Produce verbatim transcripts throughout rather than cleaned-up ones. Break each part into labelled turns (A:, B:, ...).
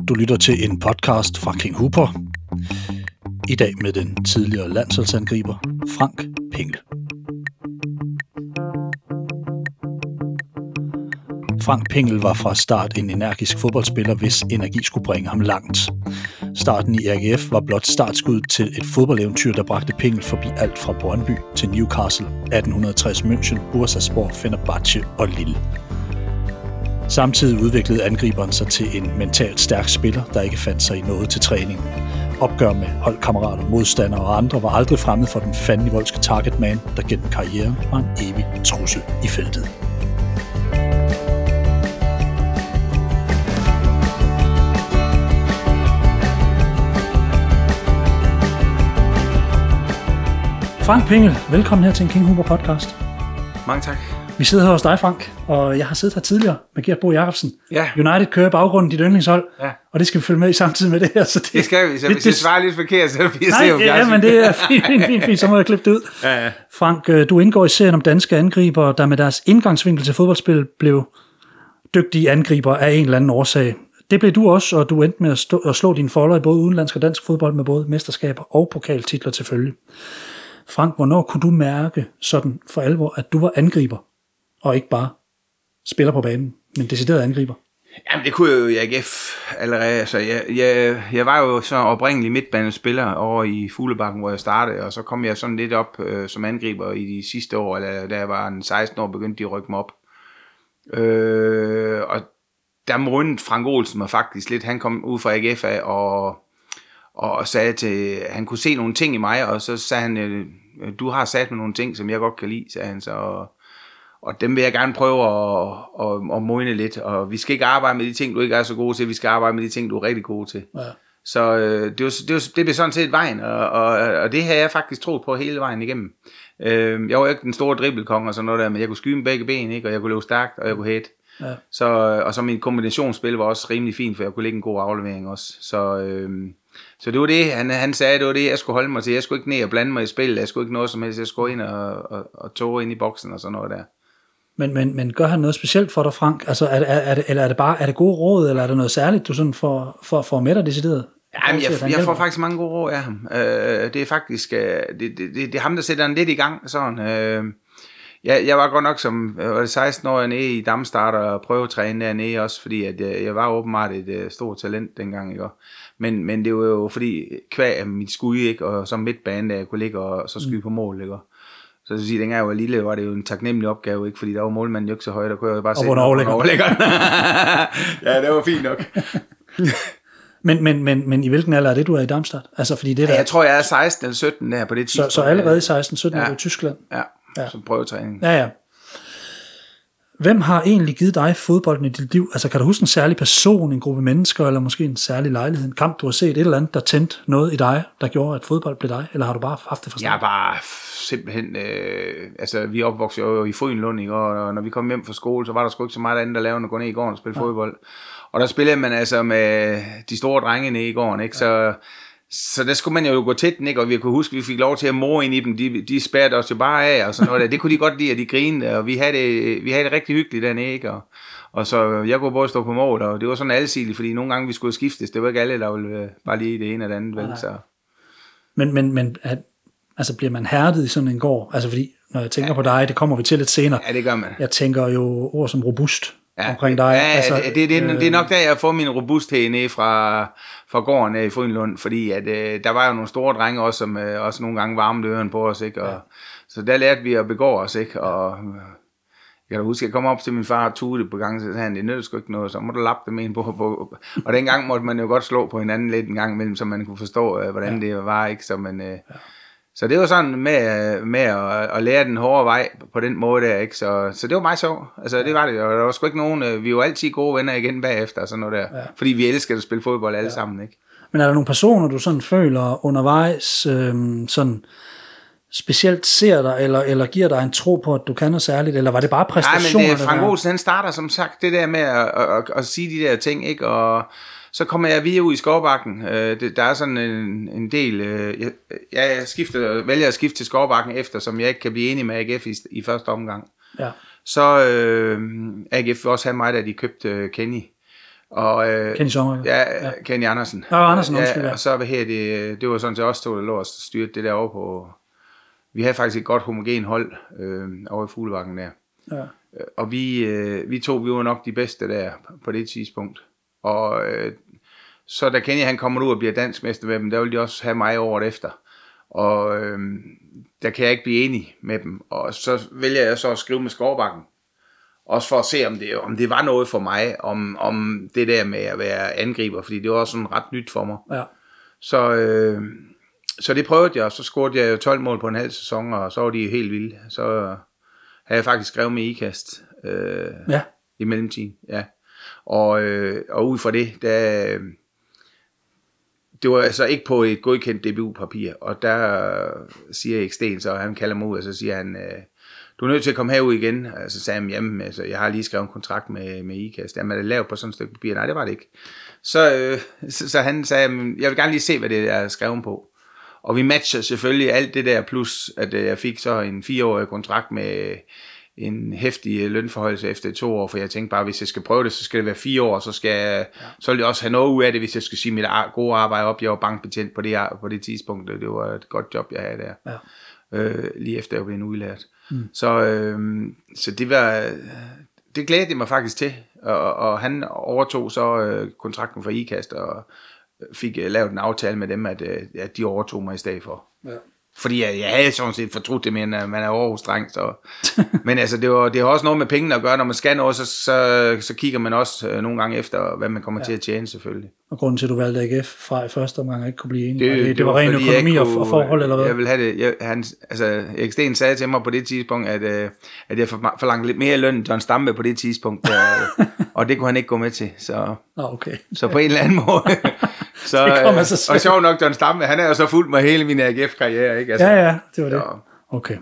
A: Du lytter til en podcast fra King Hooper. I dag med den tidligere landsholdsangriber Frank Pingel. Frank Pingel var fra start en energisk fodboldspiller, hvis energi skulle bringe ham langt. Starten i R G F var blot startskuddet til et fodboldeventyr, der bragte Pingel forbi alt fra Brøndby til Newcastle, atten tres München, Bursaspor, Fenerbahce og Lille. Samtidig udviklede angriberen sig til en mentalt stærk spiller, der ikke fandt sig i noget til træning. Opgør med holdkammerater, modstandere og andre var aldrig fremmed for den fandenivoldske targetman, der gennem karrieren var en evig trussel i feltet. Frank Pingel, velkommen her til en King Hooper podcast.
B: Mange tak.
A: Vi sidder her hos dig, Frank, og jeg har siddet her tidligere med Gert Bo Jacobsen.
B: Ja.
A: United kører baggrunden, dit yndlingshold,
B: ja.
A: Og det skal vi følge med i samtidig med det her. Så det,
B: det skal vi, så hvis jeg svarer lidt forkert, så vi
A: nej,
B: ser jo
A: ja, men det er fint, fint, fint, fint, så må jeg klippe det ud.
B: Ja, ja.
A: Frank, du indgår i serien om danske angriber, der med deres indgangsvinkel til fodboldspil blev dygtige angriber af en eller anden årsag. Det blev du også, og du endte med at, stå, at slå dine folder i både udenlandsk og dansk fodbold med både mesterskaber og pokaltitler til følge. Frank, hvornår kunne du mærke sådan for alvor, at du var angriber, og ikke bare spiller på banen, men decideret angriber?
B: Jamen det kunne jeg jo i A G F allerede. Altså, jeg, jeg, jeg var jo så oprindelig midtbanespiller over i Fuglebakken, hvor jeg startede, og så kom jeg sådan lidt op øh, som angriber i de sidste år, eller da jeg var en seksten år, begyndte de at rykke mig op. Øh, og der rundede Frank Olsen mig faktisk lidt. Han kom ud fra A G F af og, og sagde til, han kunne se nogle ting i mig, og så sagde han, du har sat med nogle ting, som jeg godt kan lide, sagde han så. Og, og dem vil jeg gerne prøve at, at, at modne lidt, og vi skal ikke arbejde med de ting, du ikke er så god til, vi skal arbejde med de ting, du er rigtig god til. Ja. Så øh, det, var, det, var, det blev sådan set vejen, og, og, og det har jeg faktisk troet på hele vejen igennem. Øh, jeg var ikke den store dribbelkong og sådan noget der, men jeg kunne skyde med begge ben, ikke? Og jeg kunne løbe stærkt, og jeg kunne hætte. Ja. Så, og så min kombinationsspil var også rimelig fint, for jeg kunne lægge en god aflevering også. Så, øh, så det var det, han, han sagde, det var det, jeg skulle holde mig til. Jeg skulle ikke ned og blande mig i spil, jeg skulle ikke noget som helst, jeg skulle ind og, og, og tåre ind i boksen og sådan noget der.
A: Men, men, men gør han noget specielt for dig, Frank? Altså, er, er, er, det, eller er det bare er det gode råd, eller er det noget særligt, du sådan får, får, får med dig decideret?
B: Jamen, jeg, jeg, jeg får faktisk mange gode råd af ham. Øh, det er faktisk, øh, det, det, det, det er ham, der sætter den lidt i gang, sådan. Øh, jeg, jeg var godt nok som øh, seksten år nede i Damstart og prøvetræne dernede også, fordi at jeg, jeg var åbenbart et uh, stort talent dengang, ikke? Men, men det var jo fordi, kvæg af mit skud, ikke? Og som midtbane, der jeg kunne ligge og så skyde mm. på mål, ikke? Så jeg vil sige, dengang jeg var lille, var det jo en taknemmelig opgave, ikke? Fordi der var målmanden jo ikke så høj, der kunne jeg bare se overlæggeren. Ja, det var fint nok.
A: men, men, men, men i hvilken alder er det, du er i Darmstadt? Altså, fordi det der...
B: Ja, jeg tror, jeg er seksten eller sytten der på det tidspunkt.
A: Så, så allerede i seksten sytten ja. Er du i Tyskland?
B: Ja, ja. Som prøvetræning.
A: Ja, ja. Hvem har egentlig givet dig fodbolden i dit liv? Altså, kan du huske en særlig person, en gruppe mennesker, eller måske en særlig lejlighed, en kamp, du har set, et eller andet, der tændte noget i dig, der gjorde, at fodbold blev dig? Eller har du bare haft det fra starten?
B: Jeg er bare simpelthen... Øh, altså, vi opvoksede jo i Frydenlund, ikke? Og når vi kom hjem fra skole, så var der sgu ikke så meget andet, der lavede end at gå ned i gården og spille ja. fodbold. Og der spillede man altså med de store drenge nede i gården, ikke? Så... Så der skulle man jo gå tæt, ikke? Og vi kunne huske, at vi fik lov til at mor ind i dem. De, de spærrede os jo bare af, og sådan noget der. Det kunne de godt lide, at de grinede, og vi havde det, vi havde det rigtig hyggeligt dernede, ikke? Og, og så jeg kunne både stå på mål, og det var sådan alsidigt, fordi nogle gange vi skulle skiftes. Det var ikke alle, der ville bare lige det ene eller andet, vel? Så.
A: Men, men, men at, altså bliver man hærdet i sådan en gård? Altså fordi, når jeg tænker ja. på dig, det kommer vi til lidt senere.
B: Ja, det gør man.
A: Jeg tænker jo ord som robust.
B: Ja,
A: omkring dig.
B: Ja,
A: altså,
B: det, det, det, øh, det er nok der, jeg får min robusthed ned fra, fra gården i Frydenlund, fordi at, øh, der var jo nogle store drenge også, som øh, også nogle gange varmede øren på os, ikke? Og, ja. Så der lærte vi at begå os, ikke? Og øh, jeg kan da huske, at jeg kom op til min far og tude på gangen, så sagde han, det nødder sgu ikke noget, så må du lappe dem ind på, på. Og dengang måtte man jo godt slå på hinanden lidt en gang imellem, så man kunne forstå, øh, hvordan ja. det var, ikke? Så man... Øh, ja. Så det var sådan med, med at, at lære den hårde vej på den måde der, ikke? Så, så det var meget sjovt. Altså det var det, og der var sgu ikke nogen, vi var altid gode venner igen bagefter og sådan noget der. Ja. Fordi vi elsker at spille fodbold alle ja. sammen, ikke?
A: Men er der nogle personer, du sådan føler undervejs, øhm, sådan specielt ser dig, eller, eller giver dig en tro på, at du kan noget særligt, eller var det bare præstationer?
B: Nej, men det, Frank Olsen, han starter som sagt det der med at, at, at, at sige de der ting, ikke? Og så kommer jeg videre ud i Skovbakken. Øh, det, der er sådan en, en del... Øh, jeg, jeg skifter, vælger at skifte til Skovbakken efter, som jeg ikke kan blive enig med A G F i, i første omgang. Ja. Så øh, A G F vil også have mig, da de købte øh, Kenny. Og, øh,
A: Kenny Sommer.
B: Ja, ja. Kenny Andersen.
A: Ja, Andersen,
B: ja,
A: ja.
B: Og så hvad her det, det var sådan til os to, der lå og styrte det der over på. Vi havde faktisk et godt homogen hold øh, over i Fuglebakken der.
A: Ja.
B: Og vi, øh, vi to, vi var nok de bedste der på det tidspunkt. Og øh, så da Kenny han kommer ud og bliver danskmester med dem, der vil de også have mig året efter. Og øh, der kan jeg ikke blive enig med dem. Og så vælger jeg så at skrive med Skovbakken. Også for at se, om det, om det var noget for mig, om, om det der med at være angriber, fordi det var også sådan ret nyt for mig.
A: Ja.
B: Så, øh, så det prøvede jeg, og så scorede jeg jo tolv mål på en halv sæson, og så var de helt vilde. Så havde jeg faktisk skrevet med Ikast øh,
A: ja.
B: i mellemtiden. Ja. Og, øh, og ud fra det, der, det var altså ikke på et godkendt D B U-papir, og der siger Erik Sten, så han kalder mig ud, og så siger han, øh, du er nødt til at komme herud igen. Og så sagde han, jamen, altså, jeg har lige skrevet en kontrakt med, med Ikast. Jamen, er det lavet på sådan et stykke papir? Nej, det var det ikke. Så, øh, så, så han sagde, jeg vil gerne lige se, hvad det er skrevet på. Og vi matcher selvfølgelig alt det der, plus at øh, jeg fik så en fireårig kontrakt med en heftig lønforhøjelse efter to år, for jeg tænkte bare, hvis jeg skal prøve det, så skal det være fire år, så skal jeg, ja. så vil jeg også have noget ud af det, hvis jeg skal sige mit gode arbejde op. Jeg var bankbetjent på det, på det tidspunkt, det var et godt job, jeg havde der. Ja. Øh, lige efter jeg blev udlært. Mm. Så, øh, så det var, det glædede jeg mig faktisk til, og, og han overtog så øh, kontrakten for Ikast, og fik øh, lavet en aftale med dem, at, øh, at de overtog mig i stedet for. Ja. Fordi jeg, jeg havde sådan set fortrudt det, men man er Aarhus-dreng, så. Men altså, det, var, det har også noget med pengene at gøre. Når man skal noget, så, så, så kigger man også øh, nogle gange efter, hvad man kommer ja. til at tjene, selvfølgelig.
A: Og grunden til, at du valgte A G F fra i første omgang, og ikke kunne blive enig,
B: det,
A: det, det, det var, var ren økonomi kunne, og forhold, eller hvad?
B: Jeg vil have det. Jeg, han, altså, Erik Sten sagde til mig på det tidspunkt, at, øh, at jeg forlangte lidt mere løn end John Stampe på det tidspunkt, og, og det kunne han ikke gå med til. Så,
A: ah, okay.
B: så på en eller anden måde. Så, øh, og sjov nok, John Stampe, han er jo så fuldt mig hele min A G F-karriere, ikke? Altså,
A: ja, ja, det var det. Så. Okay.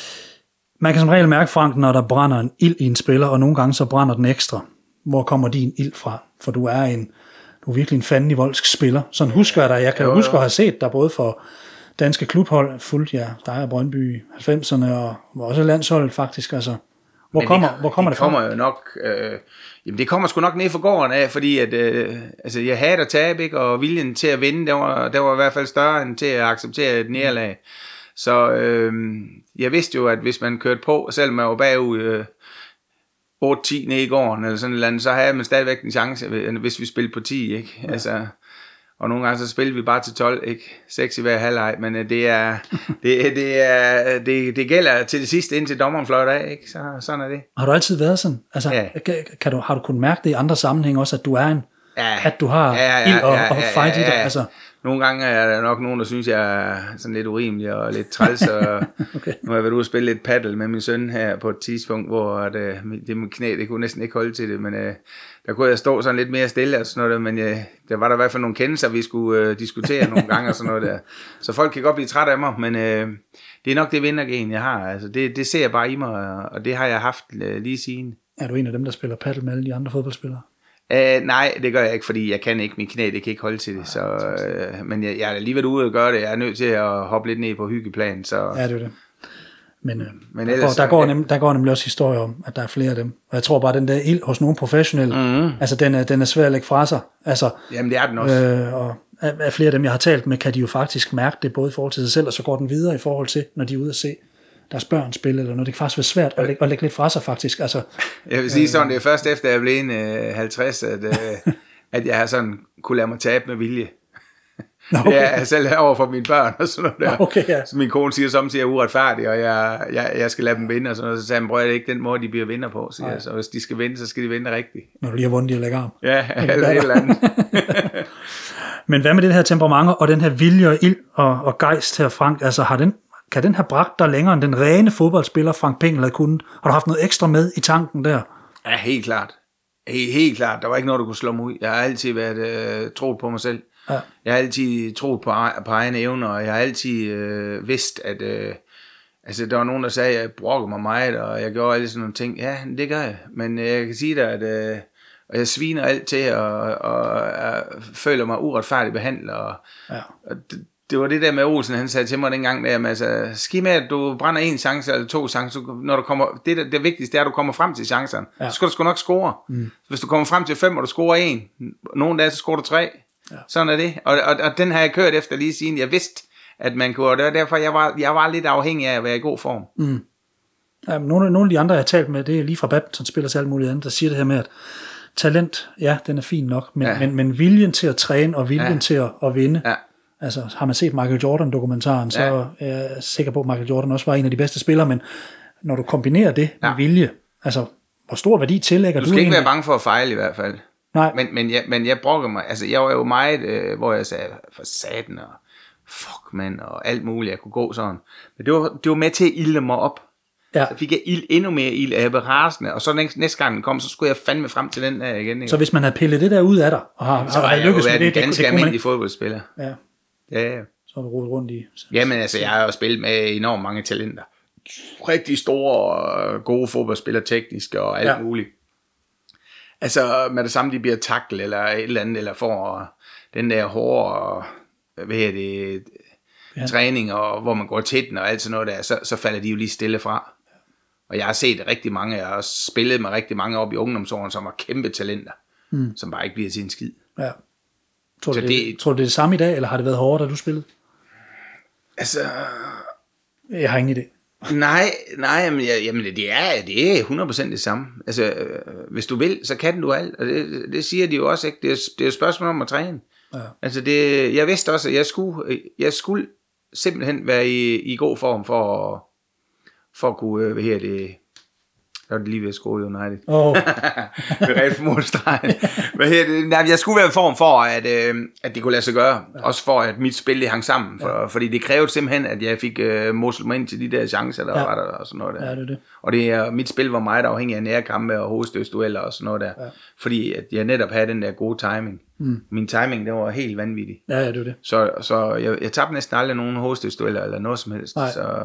A: Man kan som regel mærke, Frank, når der brænder en ild i en spiller, og nogle gange så brænder den ekstra. Hvor kommer din ild fra? For du er en, du er virkelig en fandenivoldsk spiller. Sådan husker jeg dig. Jeg kan jo, huske jo. at have set dig både for danske klubhold, fuldt ja, dig og Brøndby halvfemserne, og også landsholdet faktisk, altså. Hvor Men kommer, det, hvor kommer det, det fra?
B: Det kommer jo nok, øh, jamen det kommer sgu nok ned fra gården af, fordi at, øh, altså jeg hader tab, ikke, og viljen til at vinde, der var, der var i hvert fald større end til at acceptere et nederlag. Så øh, jeg vidste jo, at hvis man kørte på, selvom man var bagud øh, otte ti ned i gården, eller sådan et eller andet, så havde man stadigvæk en chance, hvis vi spillede på ti, ikke? Ja. Altså, og nogle gange så spillede vi bare til tolv, ikke? seks i hver halvleg, men det er det, det er det, det gælder til det sidste indtil dommeren fløjter af, ikke? Så sådan er det.
A: Har du altid været sådan? Altså, ja. kan, kan du har du kunnet mærke det i andre sammenhænge også, at du er en ja. at du har ja, ja, ja, ild og, ja, og fight ja, ja, ja. i dig, altså? Nogle
B: gange er der nok nogen, der synes, jeg er sådan lidt urimelig og lidt træls, og okay. Nu har jeg været ude og spille lidt paddle med min søn her på et tidspunkt, hvor det, det med knæ, det kunne næsten ikke holde til det, men uh, der kunne jeg stå sådan lidt mere stille og sådan noget, men uh, der var der i hvert fald nogle kendelser, vi skulle uh, diskutere nogle gange og sådan noget der. Så folk kan godt blive trætte af mig, men uh, det er nok det vindergen, jeg har. Altså, det, det ser jeg bare i mig, og det har jeg haft uh, lige siden.
A: Er du en af dem, der spiller paddle med alle de andre fodboldspillere?
B: Uh, nej, det gør jeg ikke, fordi jeg kan ikke, min knæ, det kan ikke holde til det, så, uh, men jeg, jeg er lige været ude og gøre det, jeg er nødt til at hoppe lidt ned på hyggeplan, så...
A: Ja, det er det. Men, uh, men ellers, der, går, der, går nem, der går nemlig også historier om, at der er flere af dem, og jeg tror bare, den der ild hos nogle professionelle, mm-hmm. altså den er, den er svær at lægge fra sig, altså...
B: Jamen, det er den også.
A: Øh, og af, af flere af dem, jeg har talt med, kan de jo faktisk mærke det, både i forhold til sig selv, og så går den videre i forhold til, når de er ude at se deres børn spille, eller når det kan faktisk være svært at lægge, at lægge lidt fra sig faktisk. Altså,
B: jeg vil sige sådan, det er først efter jeg blev en øh, halvtreds, at, øh, at jeg har sådan kunne lade mig tabe med vilje. Okay. Jeg er selv over for mine børn og sådan noget der.
A: Okay, ja.
B: Så min kone siger soms, at jeg er uretfærdig, og jeg, jeg, jeg skal lade dem vinde, og sådan noget. Så sagde jeg, prøv, det er ikke den måde, de bliver vinder på. Så, jeg, så hvis de skal vinde, så skal de vinde rigtigt.
A: Når du lige har vundet, de lægger arm.
B: Ja, eller et eller andet.
A: Men hvad med det her temperament, og den her vilje og ild og, og gejst her, Frank? Altså, har den, kan den have bragt dig længere end den rene fodboldspiller, Frank Pingel havde kunnet? Har du haft noget ekstra med i tanken der?
B: Ja, helt klart. Helt, helt klart. Der var ikke noget, der kunne slå mig ud. Jeg har altid været øh, troet på mig selv. Ja. Jeg har altid troet på, på egne evner, og jeg har altid øh, vidst, at øh, altså, der var nogen, der sagde, at jeg brokkede mig meget, og jeg gjorde alle sådan nogle ting. Ja, det gør jeg. Men øh, jeg kan sige dig, at øh, og jeg sviner alt til, og, og, og jeg føler mig uretfærdigt behandlet. Og, ja. og det, det var det der med Olsen, han sagde til mig dengang, der, altså, ski med, at du brænder en chance eller to chancer, når du kommer, det, der, det vigtigste er, at du kommer frem til chancerne. Ja. Så skal du sgu nok score. Mm. Hvis du kommer frem til fem, og du scorer en, nogle dage, så scorer du tre. Ja. Sådan er det. Og, og, og den har jeg kørt efter lige siden. Jeg vidste, at man kunne, og det var derfor, jeg var, jeg var lidt afhængig af at være i god form. Mm.
A: Ja, nogle, nogle af de andre, jeg har talt med, det er lige fra badmintonspillere til alt muligt andet, der siger det her med, at talent, ja, den er fin nok, men, ja. men, men viljen til at træne og viljen ja. til at, at vinde, ja. altså har man set Michael Jordan-dokumentaren, så ja. er jeg sikker på, at Michael Jordan også var en af de bedste spillere, men når du kombinerer det ja. med vilje, altså hvor stor værdi tillægger du?
B: Du skal ikke
A: egentlig?
B: være bange for at fejle i hvert fald.
A: Nej.
B: Men, men, jeg, men jeg brokker mig, altså jeg var jo meget, øh, hvor jeg sagde, for satan og fuck man og alt muligt, jeg kunne gå sådan. Men det var, det var med til at ilde mig op. Ja. Så fik jeg ild, endnu mere ild, og jeg blev rasende, og så næste, næste gang den kom, så skulle jeg fandme frem til den der igen. Ikke?
A: Så hvis man havde pillet det der ud af dig, og har,
B: så
A: har
B: jeg
A: lykkes
B: med
A: det,
B: det,
A: det,
B: ganske
A: det, det
B: almindelig fodboldspiller.
A: Ja.
B: Ja, ja.
A: Så har du rodet rundt i.
B: Jamen altså, jeg har jo spillet med enormt mange talenter. Rigtig store, gode fodboldspillere, tekniske og alt ja. muligt. Altså, med det samme, de bliver tackle eller et eller andet, eller får den der hårde, hvad hedder det, ja. træning, og hvor man går til den og alt sådan noget der, så, så falder de jo lige stille fra. Og jeg har set rigtig mange, jeg har spillet med rigtig mange op i ungdomsårene, som var kæmpe talenter, mm. som bare ikke bliver til en skid. Ja.
A: Tror du, det, det, tror du, det er det samme i dag, eller har det været hårdere, da du spillede?
B: Altså...
A: Jeg har ingen idé.
B: Nej, nej, men jamen, det er det er hundrede procent det samme. Altså, øh, hvis du vil, så kan du alt, og det, det siger de jo også, ikke? Det er, det er et spørgsmål om at træne. Ja. Altså, det, jeg vidste også, at jeg skulle, jeg skulle simpelthen være i, i god form for at, for at kunne, hvad her det, der var det lige ved at score i United. Åh. Oh. Med rigtig målstregen. Hvad her det? Nej, jeg skulle være i form for, at, øh, at det kunne lade sig gøre. Ja. Også for, at mit spil det hang sammen. For, ja. Fordi det krævede simpelthen, at jeg fik øh, moslet mig ind til de der chancer, der ja. var der og sådan noget der. Ja, det er det. Og det, mit spil var meget afhængig af nærkampe og hovedstødsdueller og sådan noget der. Ja. Fordi at jeg netop havde den der gode timing. Mm. Min timing, den var helt vanvittig.
A: Ja, ja, det er det.
B: Så, så jeg, jeg tabte næsten aldrig nogen hovedstødsdueller eller noget som helst. Nej. Så...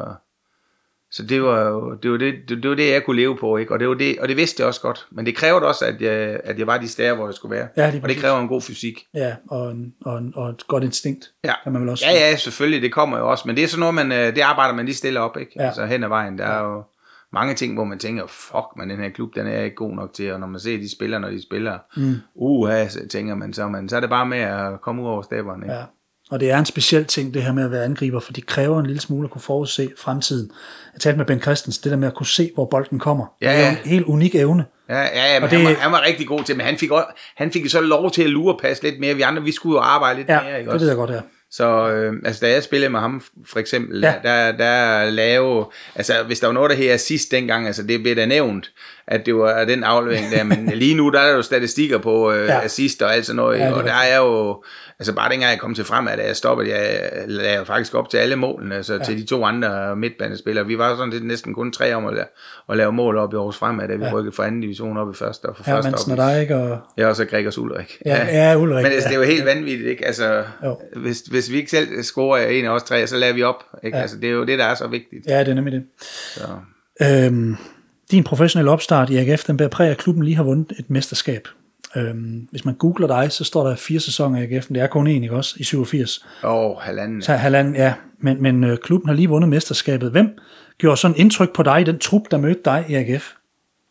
B: Så det var jo det, var det, det, det, var det jeg kunne leve på, ikke? Og det var det, og det vidste jeg også godt. Men det krævede også, at jeg, at jeg var de steder, hvor jeg skulle være. Ja, det og det kræver en god fysik.
A: Ja, og, en, og, en, og et godt instinkt.
B: Ja.
A: Kan man vel også
B: ja, ja, selvfølgelig, det kommer jo også. Men det er sådan noget, man, det arbejder man lige stille op, ikke? Ja. Altså hen ad vejen, der ja. er jo mange ting, hvor man tænker, fuck, men den her klub, den er jeg ikke god nok til. Og når man ser de spiller, når de spiller, mm. uha, så tænker man så, man, så er det bare med at komme ud over stepperne, ikke? Ja.
A: Og det er en speciel ting, det her med at være angriber, for det kræver en lille smule at kunne forudse fremtiden. Jeg talte med Ben Christensen, det der med at kunne se, hvor bolden kommer.
B: Ja, ja.
A: Det er en helt unik evne.
B: Ja, ja, ja men det, han, var, han var rigtig god til, men han fik, også, han fik så lov til at lure passe lidt mere. Vi andre, vi skulle jo arbejde lidt
A: ja,
B: mere, ikke
A: det
B: også?
A: ved jeg godt, ja.
B: Så øh, altså, da jeg spillede med ham, for eksempel, ja. der, der lave, altså hvis der var noget, der her sidst dengang, altså det blev da nævnt, at det var den aflevering der, men lige nu, der er der jo statistikker på øh, ja. assist og alt sådan noget, ja, og der er jo, altså bare dengang jeg kom til frem, at jeg stoppede, jeg lavede faktisk op til alle målene, altså ja. til de to andre midtbanespillere. Vi var sådan lidt næsten kun tre om at lave, at lave mål op i Aarhus Fremad, da vi ja. rykkede fra anden division op i første og fra
A: ja,
B: første op.
A: Der ikke og...
B: Ja, og så Gregers Ulrik.
A: Ja, ja, Ulrik.
B: Men altså, det er jo helt vanvittigt, ikke? Altså, hvis, hvis vi ikke selv scorer en af os tre, så lader vi op, ikke? Ja. Altså, det er jo det, der er så vigtigt.
A: Ja, det er nemlig det. Så. Øhm, din professionelle opstart i A G F, den bærer præg af, at klubben lige har vundet et mesterskab. Øhm, hvis man googler dig, så står der fire sæsoner i A G F, men det er kun en, ikke også, i syvogfirs.
B: Åh, oh, halvanden.
A: Så halvanden, ja. Men, men øh, klubben har lige vundet mesterskabet. Hvem gjorde sådan indtryk på dig, den trup, der mødte dig i A G F?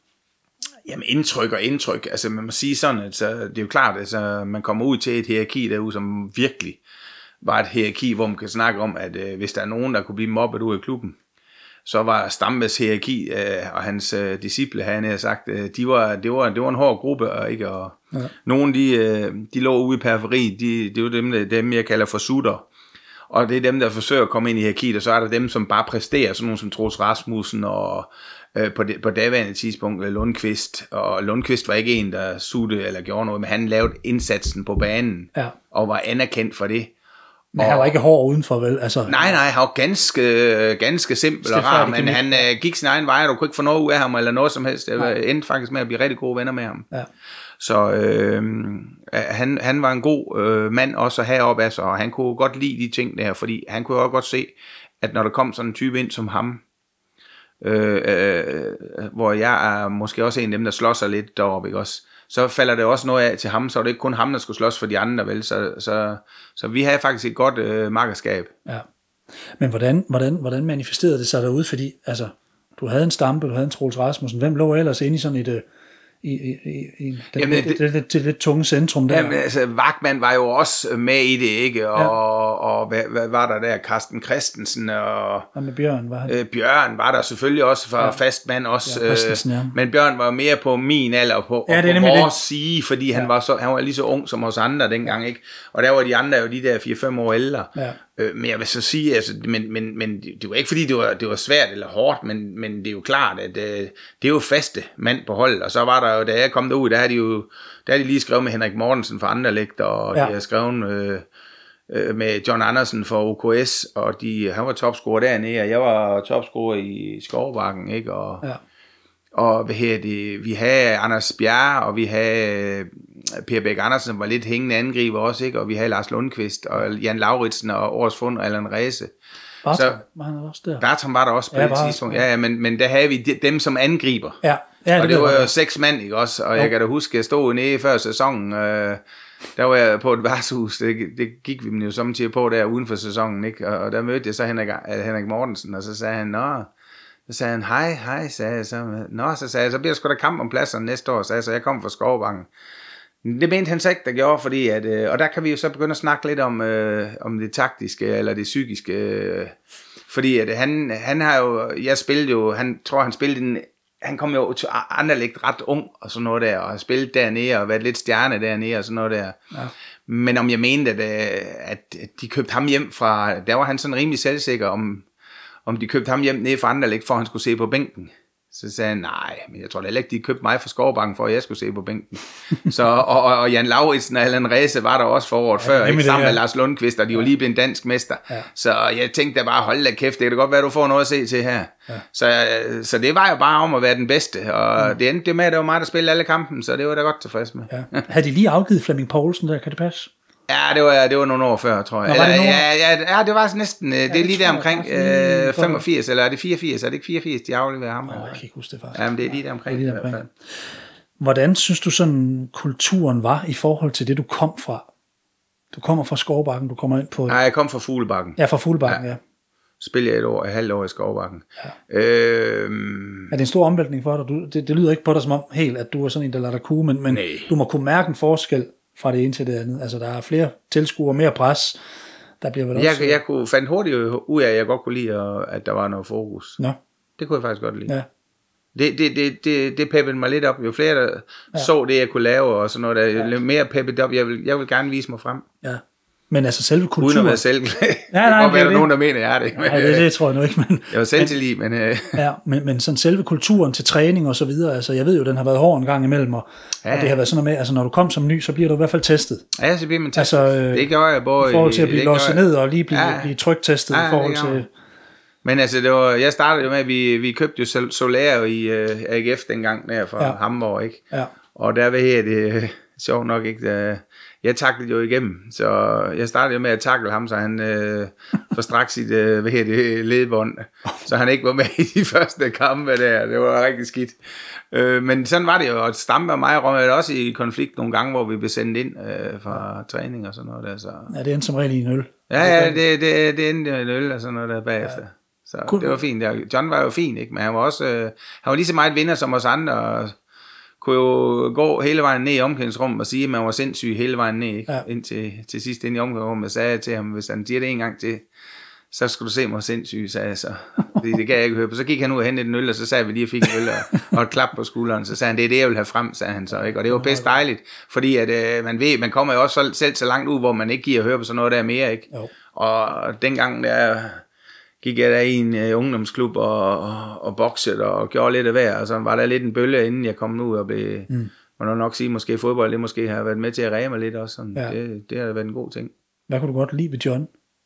B: Jamen indtryk og indtryk, altså man må sige sådan, altså, det er jo klart, altså man kommer ud til et hierarki derude, som virkelig var et hierarki, hvor man kan snakke om, at øh, hvis der er nogen, der kunne blive mobbet ud af klubben, så var Stambes hierarki øh, og hans øh, disciple, han havde sagt, øh, de var, det, var, det var en hård gruppe, og, ikke? Og ja. Nogen, de, øh, de lå ude i periferi, de, det var dem, der, dem, jeg kalder for sutter, og det er dem, der forsøger at komme ind i hierarkiet, og så er der dem, som bare præsterer, sådan nogen som Troels Rasmussen, og øh, på, det, på daværende tidspunkt Lundqvist, og Lundqvist var ikke en, der sutte eller gjorde noget, men han lavede indsatsen på banen, ja. Og var anerkendt for det.
A: Men han var ikke hård udenfor, vel? Altså,
B: nej, nej, han var ganske, ganske simpel og rar, men han øh, gik sin egen vej, og du kunne ikke få noget ud af ham, eller noget som helst. Jeg endte faktisk med at blive rigtig gode venner med ham. Ja. Så øh, han, han var en god øh, mand også at have op af sig, og han kunne godt lide de ting der, fordi han kunne også godt se, at når der kom sådan en type ind som ham, øh, øh, hvor jeg er måske også en af dem, der slår sig lidt deroppe, ikke også? Så falder det også noget af til ham, så er det ikke kun ham, der skulle slås for de andre, vel? Så, så, så vi havde faktisk et godt øh, makkerskab.
A: Ja. Men hvordan, hvordan, hvordan manifesterede det sig derude? Fordi altså, du havde en Stampe, du havde en Troels Rasmussen. Hvem lå ellers inde i sådan et... i, i, i, i den, Jamen, det, det, det, det, det lidt tunge centrum der?
B: Jamen, altså, Vagtmann var jo også med i det, ikke? Og, ja. og, og hvad, hvad var der der? Carsten Christensen og...
A: Og med Bjørn var han?
B: Øh, Bjørn var der selvfølgelig også, for ja. fastmand også. Ja, ja. Men Bjørn var mere på min alder, på, ja, det på vores det. Side, fordi ja. han, var så, han var lige så ung som os andre dengang, ikke? Og der var de andre jo de der fire fem år ældre. Ja. Øh, men jeg vil så sige, altså, men, men, men det var ikke fordi, det var, det var svært eller hårdt, men, men det er jo klart, at øh, det er jo faste mand på holdet. Og så var der jo, da jeg kom derud, der havde de jo der havde de lige skrevet med Henrik Mortensen fra Anderlecht, og ja. de havde skrevet øh, øh, med John Andersen for O K S, og de, han var topscorer dernede, og jeg var topscorer i Skovbakken, ikke? Og, ja. og hvad her det, vi havde Anders Bjerre, og vi havde Per Bæk Andersen, som var lidt hængende angriber også, ikke? Og vi havde Lars Lundqvist, og Jan Lauritsen, og Års Fund, og Allan Ræse.
A: Bartram var han også der?
B: Bartram var der også på ja, det tidspunkt, ja, ja, men, men der havde vi de, dem som angriber.
A: Ja. Ja, det
B: og det var jo seks mand, ikke også? Og jo. Jeg kan da huske, at jeg stod nede før sæsonen, øh, der var jeg på et værtshus, det, det gik vi jo samtidig på der uden for sæsonen, ikke? Og, og der mødte jeg så Henrik, Henrik Mortensen, og så sagde han, nå, så sagde han, hej, hej, sagde jeg så, nå, så sagde jeg, så bliver der sgu da kamp om pladserne næste år, sagde jeg, så jeg kom fra Skovbanken. Det mente han så ikke, der gjorde, fordi at, øh, og der kan vi jo så begynde at snakke lidt om, øh, om det taktiske, eller det psykiske, øh, fordi at han, han har jo, jeg spillede jo, han tror han spillede den, han kom jo til Anderlecht ret ung, og sådan noget der, og har spillet dernede, og været lidt stjerne dernede, og sådan noget der. Ja. Men om jeg mente, at, at de købte ham hjem fra, der var han sådan rimelig selvsikker, om, om de købte ham hjem nede fra Anderlecht, for at han skulle se på bænken. Så sagde han, nej, men jeg tror da heller ikke, de købte mig fra Skovbanken, for at jeg skulle se på bænken. Så, og, og, og Jan Lauritsen og Allan Ræse var der også for året ja, før, ikke? Sammen med Lars Lundqvist, og de ja. var lige blevet dansk mester. Ja. Så jeg tænkte da bare, hold da kæft, det kan da godt være, du får noget at se til her. Ja. Så, så det var jo bare om at være den bedste, og mm. det endte med, at det var mig, der spillede alle kampen, så det var da godt tilfreds med.
A: Ja. Havde de lige afgivet Flemming Poulsen der, kan det passe?
B: Ja, det var, det var nogle år før, tror jeg. Nå, eller, ja, ja, ja, det var næsten, ja, det, det er lige der omkring øh, femogfirs, eller er det fireogfirs, er det ikke fireogfirs, de afleverer ham?
A: Nå, jeg kan ikke huske det faktisk.
B: Ja, men det er lige der omkring,
A: det er lige der omkring. Hvordan synes du sådan kulturen var i forhold til det, du kom fra? Du kommer fra Skovbakken, du kommer ind på...
B: Nej, jeg kom fra Fuglebakken.
A: Ja, fra Fuglebakken, ja. ja.
B: Spillede jeg et år, et halvt år i Skovbakken.
A: Ja. Øhm... Er det en stor omvæltning for dig? Du, det, det lyder ikke på dig som om helt, at du er sådan en, der lader dig kue, men, men du må kunne mærke en forskel fra det ene til det andet. Altså, der er flere tilskuere, mere pres. Der bliver vel også...
B: Jeg, jeg kunne fandt hurtigt ud af, at jeg godt kunne lide, at der var noget fokus.
A: Nå.
B: Det kunne jeg faktisk godt lide.
A: Ja.
B: Det, det, det, det, det peppede mig lidt op. Jo flere, der ja. så det, jeg kunne lave, og sådan noget, der ja. mere peppet op. Jeg vil, jeg vil gerne vise mig frem.
A: Ja. Men altså selve kulturen...
B: Uden at være selvglad. Ja, nej, det er der nogen, der mener, jeg er det. Men,
A: nej, det, det tror jeg nu ikke. Men,
B: jeg var selvtillid, men... Øh.
A: Ja, men, men sådan selve kulturen til træning og så videre, altså jeg ved jo, den har været hård en gang imellem, og, ja. og det har været sådan noget med, altså når du kom som ny, så bliver du i hvert fald testet.
B: Ja, så bliver man testet.
A: Altså, øh,
B: det gjorde jeg både...
A: I forhold til at blive losset ned og lige blive, ja. blive tryktestet ja, i forhold til...
B: Men altså, det var, jeg startede jo med, at vi, vi købte jo Soler i uh, A G F dengang der fra ja. Hamburg, ikke? Ja. Og der var her det uh, sjovt nok, ikke? Der, jeg taklede jo igennem, så jeg startede jo med at takle ham, så han øh, får straks sit øh, hvad hedder det, ledbånd, så han ikke var med i de første kampe der. Det var rigtig skidt. Øh, men sådan var det jo, og Stampe og mig rømmede også i konflikt nogle gange, hvor vi blev sendt ind øh, fra træning og sådan noget der. Så.
A: Ja, det endte som regel i en øl.
B: Ja, ja, det, det, det endte i en øl og sådan noget der bagefter. Ja. Så cool. Det var fint. John var jo fin, ikke? Men han var også, øh, han var lige så meget vinder som os andre, og kunne jo gå hele vejen ned i omklædningsrummet og sige, at man var sindssyg hele vejen ned, ikke? Ja. Indtil til sidst ind i omklædningsrummet, og sagde til ham, hvis han siger det en gang til, så skulle du se mig sindssyg, sagde jeg så. Fordi det kan jeg ikke høre på. Så gik han ud og hentede en øl, og så sagde vi lige, at fik en øl og, og et klap på skulderen. Så sagde han, det er det, jeg vil have frem, sagde han så, ikke? Og det var bedst dejligt, fordi at, øh, man ved, man kommer jo også selv så langt ud, hvor man ikke giver at høre på sådan noget der mere, ikke? Jo. Og dengang der... gik jeg der i en uh, ungdomsklub og, og, og boxede og gjorde lidt af hver, og så var der lidt en bølge, inden jeg kom ud og blev, mm. man nok sige, måske fodbold, det måske har været med til at ræme lidt også, sådan. Ja. Det, det har været en god ting.
A: Hvad kunne du godt lide ved John?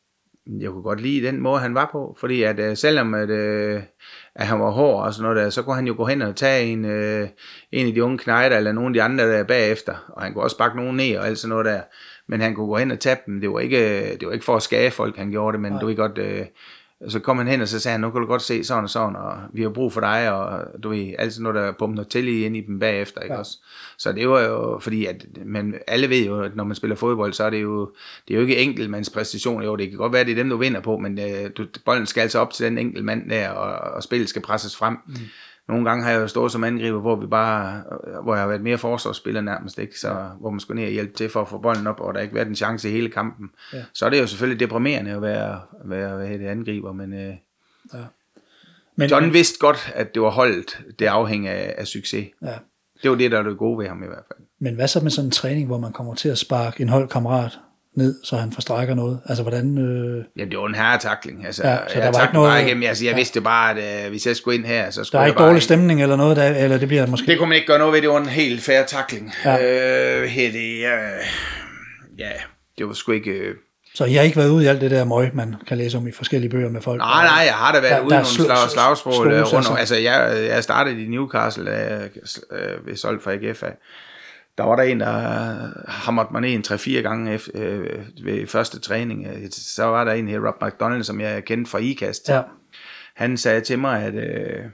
B: Jeg kunne godt lide den måde, han var på, fordi at uh, selvom at, uh, at han var hård og sådan noget der, så kunne han jo gå hen og tage en, uh, en af de unge knejder, eller nogle af de andre der bagefter, og han kunne også bakke nogen ned og alt sådan noget der, men han kunne gå hen og tabe dem. Det var ikke, det var ikke for at skade folk, han gjorde det, men Nej. det var ikke godt... Uh, så kom han hen, og så sagde han, nu kan du godt se sådan og sådan, og vi har brug for dig, og du ved, altid noget, der pumper noget til ind i dem bagefter, ikke ja. Også? Så det var jo, fordi at, men alle ved jo, at når man spiller fodbold, så er det jo, det er jo ikke enkeltmands præstation, jo, det kan godt være, det er dem, du vinder på, men øh, du, bolden skal altså op til den enkelte mand der, og, og spillet skal presses frem. Mm. Nogle gange har jeg jo stået som angriber, hvor vi bare, hvor jeg har været mere forsvarsspiller nærmest, ikke? Så, hvor man skulle ned og hjælpe til for at få bolden op, og der ikke været en chance i hele kampen. Ja. Så er det jo selvfølgelig deprimerende at være, være, være det angriber, men, øh, ja. men John vidste godt, at det var holdet, det afhænger af, af succes. Ja. Det var det, der er det gode ved ham i hvert fald.
A: Men hvad så med sådan en træning, hvor man kommer til at sparke en holdkammerat ned, så han forstrækker noget? Altså, hvordan... Øh...
B: Ja, det var en herretakling. Altså,
A: ja, så der var ikke noget...
B: Igennem. Altså, jeg ja. vidste bare, at uh, hvis jeg skulle ind her, så skulle
A: der er
B: jeg
A: ikke dårlig stemning eller noget, der, eller det bliver måske...
B: Det kunne man ikke gøre noget ved, det var en helt fair takling. Ja. Øh, her det, uh, ja, det var sgu ikke... Uh...
A: Så I har ikke været ude i alt det der møg, man kan læse om i forskellige bøger med folk?
B: Nej, nej, jeg har da været der, ude i nogle slag, slagsmål rundt. Altså, jeg, jeg startede i Newcastle, da jeg uh, blev solgt fra A G F. Der var der en, der hamrede mig ned en tre-fire gange efter, øh, ved første træning. Så var der en her, Rob McDonald, som jeg kendte fra IKAST. Ja. Han sagde til mig, at... Øh,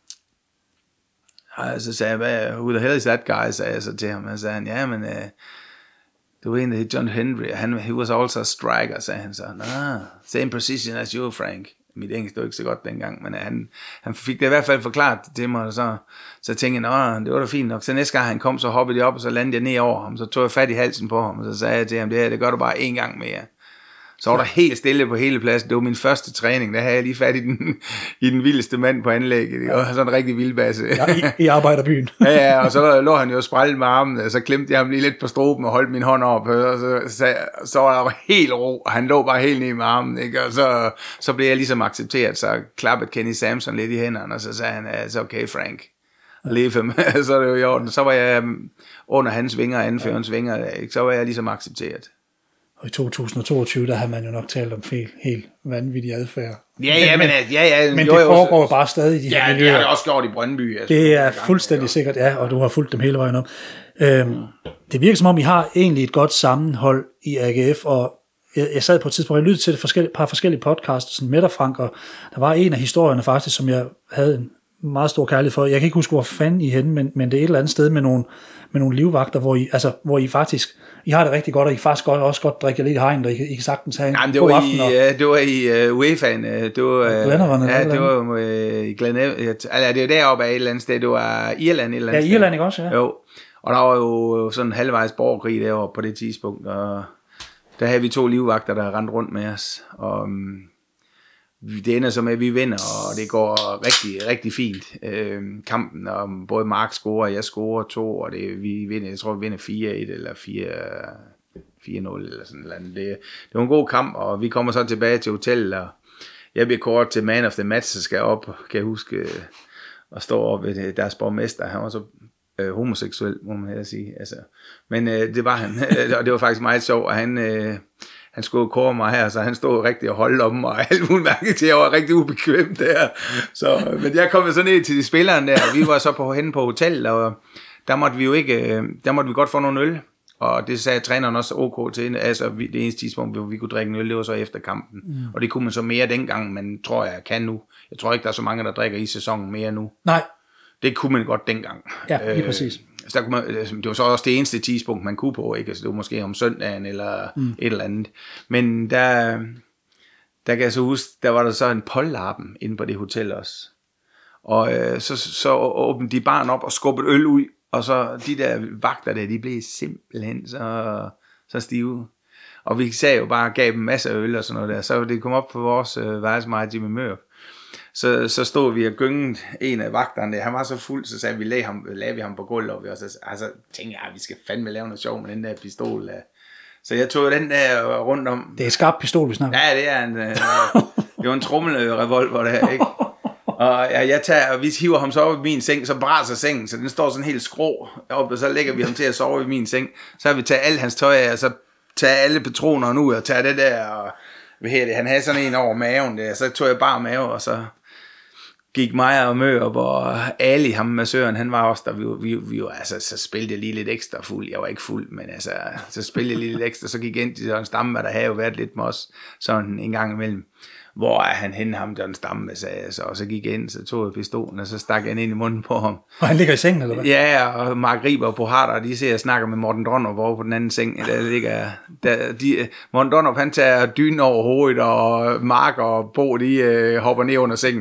B: så sagde jeg, who the hell is that guy? Sagde jeg så til ham. Og så sagde han, ja, men... Øh, det var en, der hed John Henry. Han, he was also a striker, sagde han så. Nah, same position as you, Frank. Mit engelsk var ikke så godt dengang, men han, han fik det i hvert fald forklaret til mig, og så, så tænkte jeg, det var da fint nok. Så næste gang han kom, så hoppede jeg op, og så landede jeg ned over ham, så tog jeg fat i halsen på ham, og så sagde jeg til ham, det her, det gør du bare én gang mere. Så var der helt stille på hele pladsen. Det var min første træning, der havde jeg lige fat i den, i den vildeste mand på anlægget. Det var sådan en rigtig vildbasse.
A: Ja, i, i arbejderbyen.
B: ja, ja, og så lå han jo sprællet med armen, og så klemte jeg ham lige lidt på stroben og holdt min hånd op, og så, så, så var der helt ro, og han lå bare helt ned med armen, ikke? Og så, så blev jeg ligesom accepteret, så klappede Kenny Samson lidt i hænderne, og så sagde han, altså okay Frank, leave him. Så er det jo i orden. Så var jeg under hans vinger, anførens vinger, ikke? Så var jeg ligesom accepteret.
A: Og i to tusind og toogtyve, der har man jo nok talt om helt, helt vanvittig adfærd.
B: Ja, ja, men, men, ja, ja,
A: men det foregår jo bare stadig i de
B: ja,
A: her miljøer.
B: Ja, det har det også gjort i Brøndby. Altså,
A: det er fuldstændig gange, sikkert, ja, og du har fulgt dem hele vejen op. Øhm, mm. Det virker som om, I har egentlig et godt sammenhold i A G F, og jeg, jeg sad på et tidspunkt, jeg lyttede til et forskellige, par forskellige podcasts sådan med dig, Frank, og der var en af historierne faktisk, som jeg havde en meget stor kærlighed for. Jeg kan ikke huske, hvor fanden I henne, men, men det er et eller andet sted med nogle, med nogle livvagter, hvor I, altså, hvor I faktisk, I har det rigtig godt, og I faktisk godt, også godt drikker lidt i hegn, og I, I kan sagtens have en
B: Jamen, det
A: god
B: var
A: aften.
B: I,
A: og...
B: ja, det var i uh, UEFA'en, det var... Uh,
A: Glenavon,
B: ja, det var uh, i Glenavon, altså det var deroppe af et eller andet sted, det var Irland et eller andet
A: Ja, Irland ikke også, ja.
B: Jo, og der var jo sådan en halvvejs borgerkrig deroppe på det tidspunkt, og der havde vi to livvagter, der rendte rundt med os, og... Um, det ender så med, at vi vinder, og det går rigtig, rigtig fint. Øh, kampen, og både Mark scorer, og jeg scorer to, og det, vi vinder, jeg tror, vi vinder fire et eller fire nul eller sådan noget. Det, det var en god kamp, og vi kommer så tilbage til hotellet, og jeg bliver kort til man of the match, så skal jeg op, kan jeg huske, og stå op ved deres borgmester. Han var så øh, homoseksuel, må man hellere sige. Altså, men øh, det var han, og det var faktisk meget sjovt, og han... Øh, Han skulle kåre mig her, så han stod rigtig og holdt om mig, og alt muligt mærke til, jeg var rigtig ubekvem der. Så, men jeg kom så ned til de spillerne der, og vi var så på, henne på hotellet, og der måtte vi jo ikke, der måtte vi godt få nogle øl, og det sagde træneren også ok til, altså det eneste tidspunkt, hvor vi kunne drikke en øl, det var så efter kampen, mm. og det kunne man så mere dengang, men tror jeg kan nu. Jeg tror ikke, der er så mange, der drikker i sæsonen mere nu.
A: Nej.
B: Det kunne man godt dengang.
A: Ja, lige præcis.
B: Så der kunne man, det var så også det eneste tidspunkt, man kunne på, ikke? Altså, det var måske om søndagen eller mm. et eller andet. Men der, der kan jeg så huske, der var der så en polterappen inde på det hotel også. Og øh, så, så åbnede de barn op og skubbede øl ud, og så de der vagter der, de blev simpelthen så, så stive. Og vi sagde jo bare, gav dem masser af øl og sådan noget der. Så det kom op på vores øh, værelse med Jimmy Mørk. Så, så stod vi og gyngede en af vagterne, han var så fuld, så sagde vi, lagde, ham, lagde vi ham på gulvet, og vi også, altså, tænkte jeg, vi skal fandme lave noget sjov med den der pistol. Der. Så jeg tog den der rundt om.
A: Det er skarp pistol, vi snakker.
B: Ja, det er en, øh, det var en trommelrevolver der, ikke? Og ja, jeg tager, og vi hiver ham så op i min seng, så braser sengen, så den står sådan helt skrå op, og så lægger vi ham til at sove i min seng. Så har vi taget alt hans tøj af, og så tager alle patronerne ud, og tager det der, og hvad hedder det, han havde sådan en over maven der, så tog jeg bare mave, og så gik mig og Mø op, og Ali, ham massøren, han var også der, vi, vi, vi var, altså, så spillede jeg lige lidt ekstra fuld, jeg var ikke fuld, men altså, så spillede jeg lige lidt ekstra, så gik jeg ind til sådan en stamme, der havde jo været lidt med os, sådan en gang imellem. hvor er han henne, ham John Stamme, sagde jeg så, og så gik jeg ind, så tog jeg pistolen, og så stak jeg ind i munden på ham.
A: Og han ligger i sengen, eller hvad?
B: Ja, og Mark Riber og Boharder, de ser, jeg snakker med Morten Dronop over på den anden seng, der ligger, der, de, Morten Dronop, han tager dynen over hovedet, og Mark og Bo, de øh, hopper ned under sengen.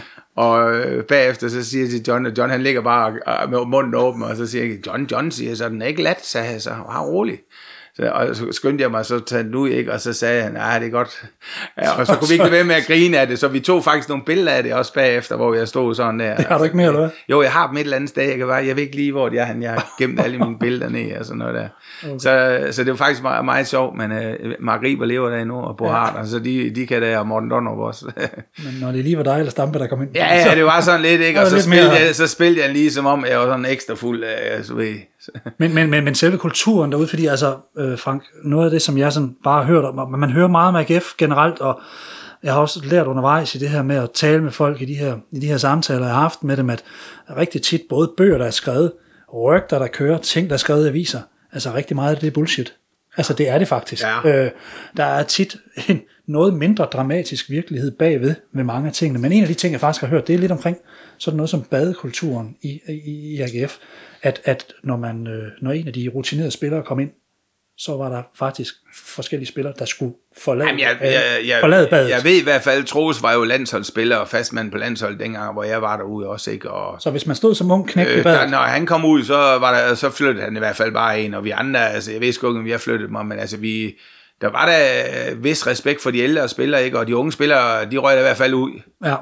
B: Og øh, bagefter så siger jeg til John, at John han ligger bare øh, med munden åben, og så siger jeg, John, John siger så, den er ikke lat, sagde jeg så, var rolig. Så, og så skyndte jeg mig så at tage den ud, ikke? Og så sagde han, nej, det er godt. Ja, og så kunne vi ikke være med at grine af det, så vi tog faktisk nogle billeder af det også bagefter, hvor jeg stod sådan der.
A: Det har du ikke mere, eller hvad?
B: Jo, jeg har dem et eller andet sted, jeg kan bare, jeg ved ikke lige, hvor de er, jeg har gemt alle mine billeder ned og sådan noget der. Okay. Så, så det var faktisk meget, meget sjovt, men uh, Mark Riber lever der endnu, og Boharder, ja. Så de, de kan der, og Morten Donner også.
A: Men når det lige var dig eller Stampe, der kom ind.
B: Ja, ja, det var sådan lidt, ikke? Og så spillede, jeg, så spillede jeg lige som om, jeg var sådan ekstra fuld af, så ved
A: men, men, men, men selve kulturen derude, fordi altså, øh, Frank, noget af det, som jeg sådan bare har hørt om, man hører meget om A G F generelt, og jeg har også lært undervejs i det her med at tale med folk i de her, i de her samtaler, jeg har haft med dem, at rigtig tit både bøger, der er skrevet, rygter, der kører, ting, der er skrevet i aviser, altså rigtig meget af det er bullshit. Altså det er det faktisk. Ja. Øh, der er tit en noget mindre dramatisk virkelighed bagved med mange af tingene, men en af de ting, jeg faktisk har hørt, det er lidt omkring sådan noget som badekulturen i, i, i A G F, at, at når, man, øh, når en af de rutinerede spillere kom ind, så var der faktisk forskellige spillere, der skulle forlade, Jamen, jeg, jeg, jeg, forlade badet.
B: Jeg ved i hvert fald, Troels var jo landsholdsspiller og fastmand på landsholdet dengang, hvor jeg var derude også, ikke? Og,
A: så hvis man stod som ung knægt øh, i badet? Der,
B: når han kom ud, så, var der, så flyttede han i hvert fald bare en, og vi andre, altså jeg ved sgu ikke, om vi har flyttet mig, men altså vi, der var der vis respekt for de ældre spillere, ikke? Og de unge spillere, de røg i hvert fald ud. Ja.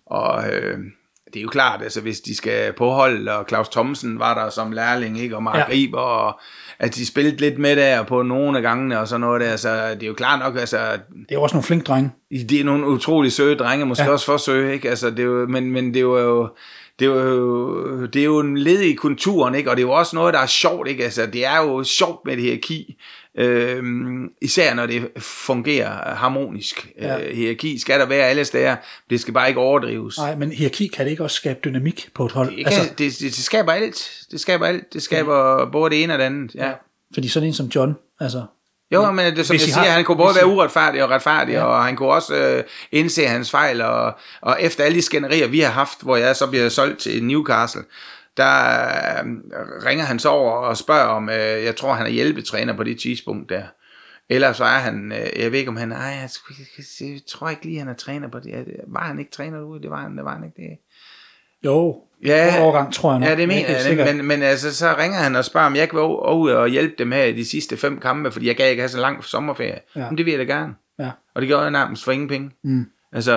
B: Og øh, det er jo klart, altså hvis de skal på hold, og Claus Thomsen var der som lærling, ikke? Og Mark ja. Riber, og at de spillede lidt med der på nogle af gangene og sådan noget der, så det er jo klart nok, altså...
A: Det er jo også nogle flink drenge.
B: Det er nogle utrolig søge drenge, måske ja. Også for søge, ikke? Altså, det er jo, men, men det er jo... Det er, jo, det er jo en led i kulturen, ikke? Og det er jo også noget, der er sjovt, ikke? Altså, det er jo sjovt med det hierarki, øhm, især når det fungerer harmonisk. Ja. Øh, hierarki skal der være alle steder, det skal bare ikke overdrives.
A: Nej, men hierarki kan det ikke også skabe dynamik på et hold?
B: Det, kan, altså, det, det, det skaber alt. Det skaber alt. Det skaber mm. både det ene og det andet. Ja. Ja.
A: Fordi sådan en som John, altså...
B: Jo, men det, som jeg siger, har, han kunne både være uretfærdig og retfærdig, ja. Og han kunne også øh, indse hans fejl, og, og efter alle de skænderier, vi har haft, hvor jeg så bliver solgt til Newcastle, der øh, ringer han så over og spørger om, øh, jeg tror, han er hjælpetræner på det tidspunkt der. Ellers så er han, øh, jeg ved ikke om han, ej, jeg, jeg, jeg tror ikke lige, han er træner på det. Var han ikke træner derude? Det var han, det var han ikke det.
A: Jo, ja, overgang, tror jeg nok.
B: Ja, det mener jeg, jeg men, men altså, så ringer han og spørger, om jeg kan være ud og hjælpe dem her i de sidste fem kampe, fordi jeg kan ikke have så lang sommerferie. Ja. Men det vil jeg da gerne. Ja. Og det gjorde jeg nærmest for ingen penge. Mm. Altså,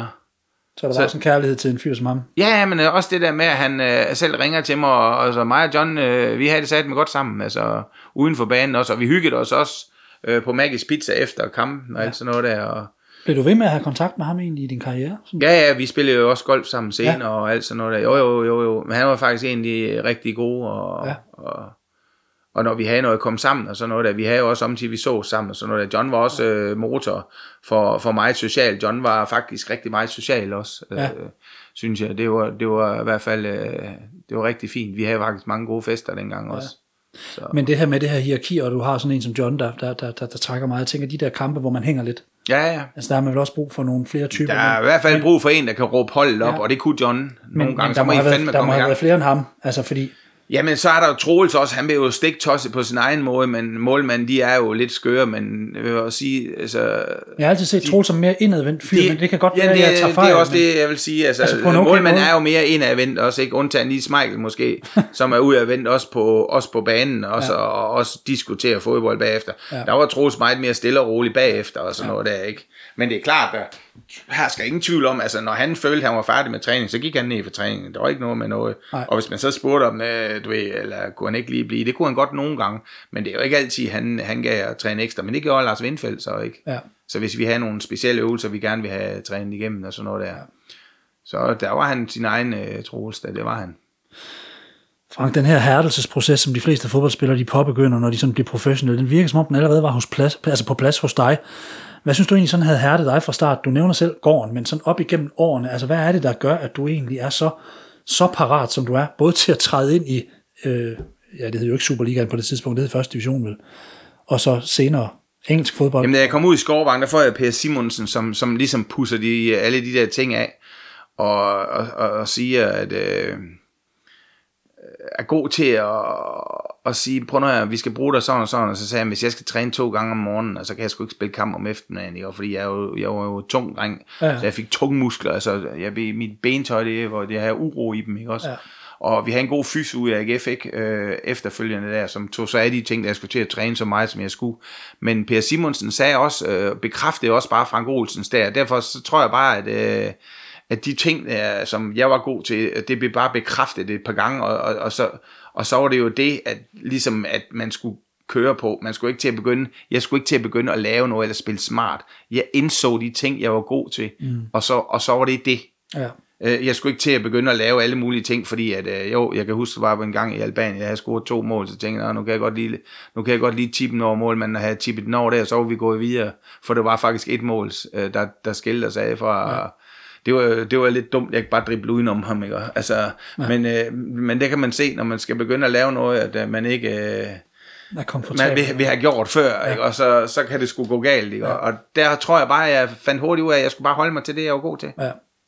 A: så der var så, også en kærlighed til en fyr som ham.
B: Ja, men også det der med, at han øh, selv ringer til mig, og altså, mig og John, øh, vi havde det sat med godt sammen, altså uden for banen også, og vi hyggede os også øh, på Maggies Pizza efter kampen og ja. Alt sådan noget der, og
A: blev du ved med at have kontakt med ham egentlig i din karriere?
B: Ja, ja, vi spillede jo også golf sammen senere, ja. Og alt sådan noget der. Jo, jo, jo, jo. Men han var faktisk egentlig rigtig god, og, ja. og, og når vi havde noget at komme sammen, og sådan noget der, vi havde jo også omtidig, vi så sammen, og sådan noget der. John var også øh, motor for, for meget social. John var faktisk rigtig meget social også, ja. øh, synes jeg. Det var, det var i hvert fald, øh, det var rigtig fint. Vi havde faktisk mange gode fester dengang ja. Også.
A: Så. Men det her med det her hierarki, og du har sådan en som John, der, der, der, der, der trækker meget, jeg tænker, de der kampe, hvor man hænger lidt.
B: Ja, ja.
A: Altså der har man vel også brug for nogle flere typer.
B: Der er men, i hvert fald men, brug for en, der kan råbe holdet op, ja. Og det kunne John nogle
A: men,
B: gange.
A: Men der må, have været, der må have været flere end ham, altså fordi...
B: Jamen, så er der jo Troels også, han vil jo stiktosset på sin egen måde, men målmanden, de er jo lidt skøre, men jeg vil også sige, altså...
A: Jeg har altid set Troels som mere indadvendt fyr, de, men det kan godt
B: ja,
A: være,
B: det,
A: at jeg tager fejl.
B: Det er også men, det, jeg vil sige, altså, altså okay målmanden er jo mere indadvendt også, ikke? Undtagen lige Smeichel måske, som er udadvendt også på, også på banen, også, ja. Og også diskuterer fodbold bagefter. Ja. Der var Troels meget mere stille og rolig bagefter, og sådan ja. Noget der, ikke? Men det er klart, der her skal ingen tvivl om, altså når han følte, at han var færdig med træning, så gik han ned for træningen. Der var ikke noget med noget. Nej. Og hvis man så spurgte om, du ved, eller kunne han ikke lige blive, det kunne han godt nogle gange, men det er jo ikke altid, han, han gav at træne ekstra. Men det gjorde Lars Windfeldt så ikke. Ja. Så hvis vi havde nogle specielle øvelser, vi gerne vil have trænet igennem og sådan noget der. Ja. Så der var han sin egen uh, Troels, det var han.
A: Frank, den her hærdelsesproces, som de fleste fodboldspillere, de påbegynder, når de sådan bliver professionelle, den virker som om den allerede var hos plads, altså på plads hos dig. Hvad synes du egentlig sådan havde hærdet dig fra start? Du nævner selv gården, men sådan op igennem årene, altså hvad er det, der gør, at du egentlig er så, så parat, som du er, både til at træde ind i, øh, ja det hed jo ikke Superligaen på det tidspunkt, det hed første division vel, og så senere engelsk fodbold?
B: Jamen, da jeg kom ud i Skovbank, der får jeg Per Simonsen, som, som ligesom pusser de, alle de der ting af, og, og, og, og siger, at øh, er god til at, at sige, prøv nu her, vi skal bruge dig sådan og sådan, og så sagde jeg, hvis jeg skal træne to gange om morgenen, så kan jeg sgu ikke spille kamp om eftermiddagen, ikke? Fordi jeg er jo, jeg var jo tung dreng, ja. Så jeg fik tunge muskler, altså jeg, mit bentøj, det, hvor det har uro i dem, ikke også? Ja. Og vi havde en god fys ude af A G F, ikke? Øh, efterfølgende der, som tog sig af de ting, der jeg skulle til at træne så meget, som jeg skulle. Men Per Simonsen sagde også, øh, bekræftede også bare Frank Olsens der. Derfor så tror jeg bare, at, øh, at de ting, der, som jeg var god til, det blev bare bekræftet et par gange, og, og, og, så, og så var det jo det, at, ligesom, at man skulle køre på. Man skulle ikke til at begynde, jeg skulle ikke til at begynde at lave noget eller spille smart. Jeg indså de ting, jeg var god til, mm. og, så, og så var det det. Ja. Jeg skulle ikke til at begynde at lave alle mulige ting, fordi at, øh, jo, jeg kan huske, det var på en gang i Albanien, jeg havde scoret to mål, så tænkte jeg, nu kan jeg godt lige, nu kan jeg godt lige tippe den over mål, men havde tippet den over der, så var vi gået videre, for det var faktisk et mål, øh, der, der skilte os af fra, ja. det, var, det var lidt dumt, jeg ikke bare drible udenom ham, ikke? Altså, ja. men, øh, men det kan man se, når man skal begynde at lave noget, at man ikke, øh, man vil, vil have gjort før, ja. Ikke? Og så, så kan det sgu gå galt, ikke? Ja. Og der tror jeg bare, jeg fandt hurtigt ud af, at jeg skulle bare holde mig til det, jeg var god til. Ja.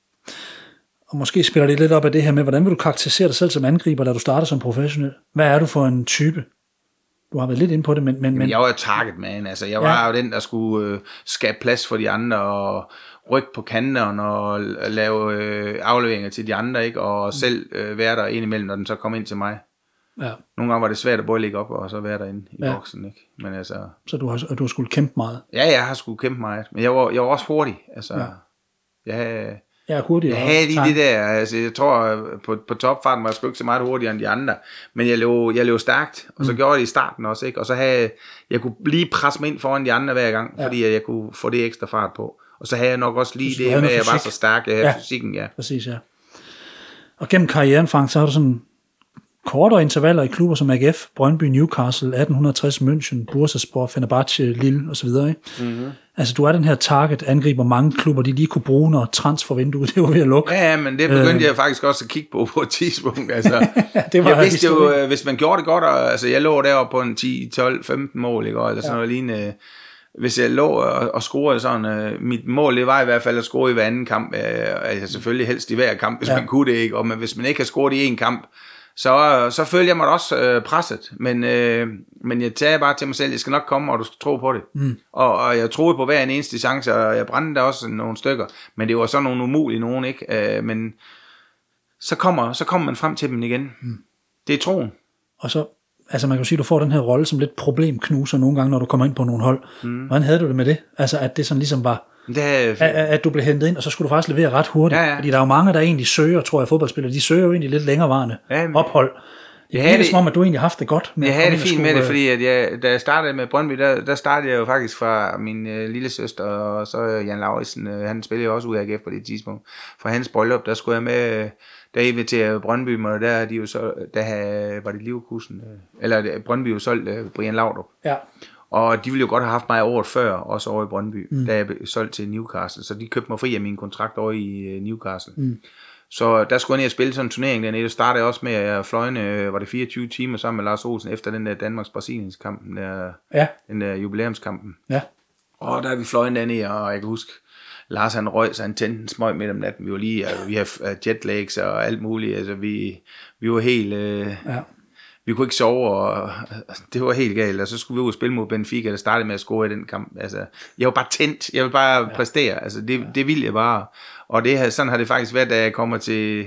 A: Og måske spiller det lidt op af det her med, hvordan vil du karakterisere dig selv som angriber, da du starter som professionel? Hvad er du for en type? Du har været lidt inde på det, men... men, men...
B: Jeg var jo target man, altså jeg var ja. jo den, der skulle øh, skabe plads for de andre, og rykke på kanterne, og lave øh, afleveringer til de andre, ikke? Og mm. selv øh, være der indimellem, når den så kom ind til mig. Ja. Nogle gange var det svært at både ligge op, og så være derinde i ja. boksen, ikke? Men altså...
A: Så du har, du har skulle kæmpe meget?
B: Ja, jeg har skulle kæmpe meget, men jeg var, jeg var også hurtig, altså... Ja. Jeg havde...
A: Jeg er hurtig.
B: Jeg havde lige det der, altså jeg tror på, på topfarten var jeg sgu ikke så meget hurtigere end de andre, men jeg løb, jeg løb stærkt, og så mm. gjorde jeg det i starten også, ikke? Og så havde jeg kunne lige presse mig ind foran de andre hver gang, ja. Fordi jeg kunne få det ekstra fart på. Og så havde jeg nok også lige det med, at jeg var så stærk, jeg havde ja. fysikken, ja.
A: Præcis, ja. Og gennem karrieren, Frank, så har du sådan kortere intervaller i klubber som A G F, Brøndby, Newcastle, atten tres, München, Bursaspor, Fenerbahce, Lille osv. Mm-hmm. Altså du er den her target, angriber mange klubber, de lige kunne bruge, når transfervinduet det var ved at lukke.
B: Ja, ja, men det begyndte øh. jeg faktisk også at kigge på på et tidspunkt. Altså, det var jeg vidste jo, hvis man gjorde det godt, og, altså jeg lå deroppe på en ti, tolv, femten mål, ikke? Eller sådan ja. noget lignende. Hvis jeg lå og, og scorede sådan, uh, mit mål det var i hvert fald at score i hver anden kamp, uh, altså selvfølgelig helst i hver kamp, hvis ja. man kunne det, ikke? Og men hvis man ikke har scoret i en kamp, så, så følte jeg mig også øh, presset, men, øh, men jeg tager bare til mig selv, jeg skal nok komme, og du skal tro på det. Mm. Og, og jeg troede på hver en eneste chance, og jeg brændte der også nogle stykker, men det var så nogle umulige nogen, ikke? Øh, men så kommer, så kommer man frem til dem igen. Mm. Det er troen. Og så,
A: altså man kan jo sige, at du får den her rolle som lidt problemknuser nogle gange, når du kommer ind på nogle hold. Mm. Hvordan havde du det med det? Altså at det sådan ligesom var... Det at, at du blev hentet ind, og så skulle du faktisk levere ret hurtigt, ja, ja. Fordi der er jo mange, der egentlig søger, tror jeg, fodboldspillere, de søger jo egentlig lidt længerevarende ja, men, ophold. Det er som om, at du egentlig har haft det godt med.
B: Jeg havde det fint med det, fordi at jeg, da jeg startede med Brøndby, der, der startede jeg jo faktisk fra min øh, lille søster, og så Jan Lauritsen, øh, han spillede jo også ud af A G F på det tidspunkt. Fra hans bryllup, der skulle jeg med, der inviterede Brøndby, og der, de jo så, der havde, var det Leverkusen, øh, eller Brøndby jo solgt øh, Brian Laudrup. Ja. Og de ville jo godt have haft mig året før, også over i Brøndby, mm. da jeg blev solgt til Newcastle. Så de købte mig fri af min kontrakt over i Newcastle. Mm. Så der skulle jeg ned og spille sådan en turnering dernede. Det startede også med, at jeg fløjende, var det fireogtyve timer sammen med Lars Olsen, efter den der Danmarks-Brasiliens kampen, der, ja. den der jubilæumskampen. Ja. Og der er vi fløjende dernede, og jeg kan huske, Lars han røg, så han tændte en smøg midt om natten. Vi var lige, altså, vi har jetlags og alt muligt. Altså vi, vi var helt... Øh, ja. Vi kunne ikke sove, og det var helt galt, og så skulle vi ud og spille mod Benfica, der startede med at score i den kamp. Altså, jeg var bare tændt, jeg ville bare ja. præstere, altså det, det ville jeg bare. Og det, sådan har det faktisk været, da jeg kommer til,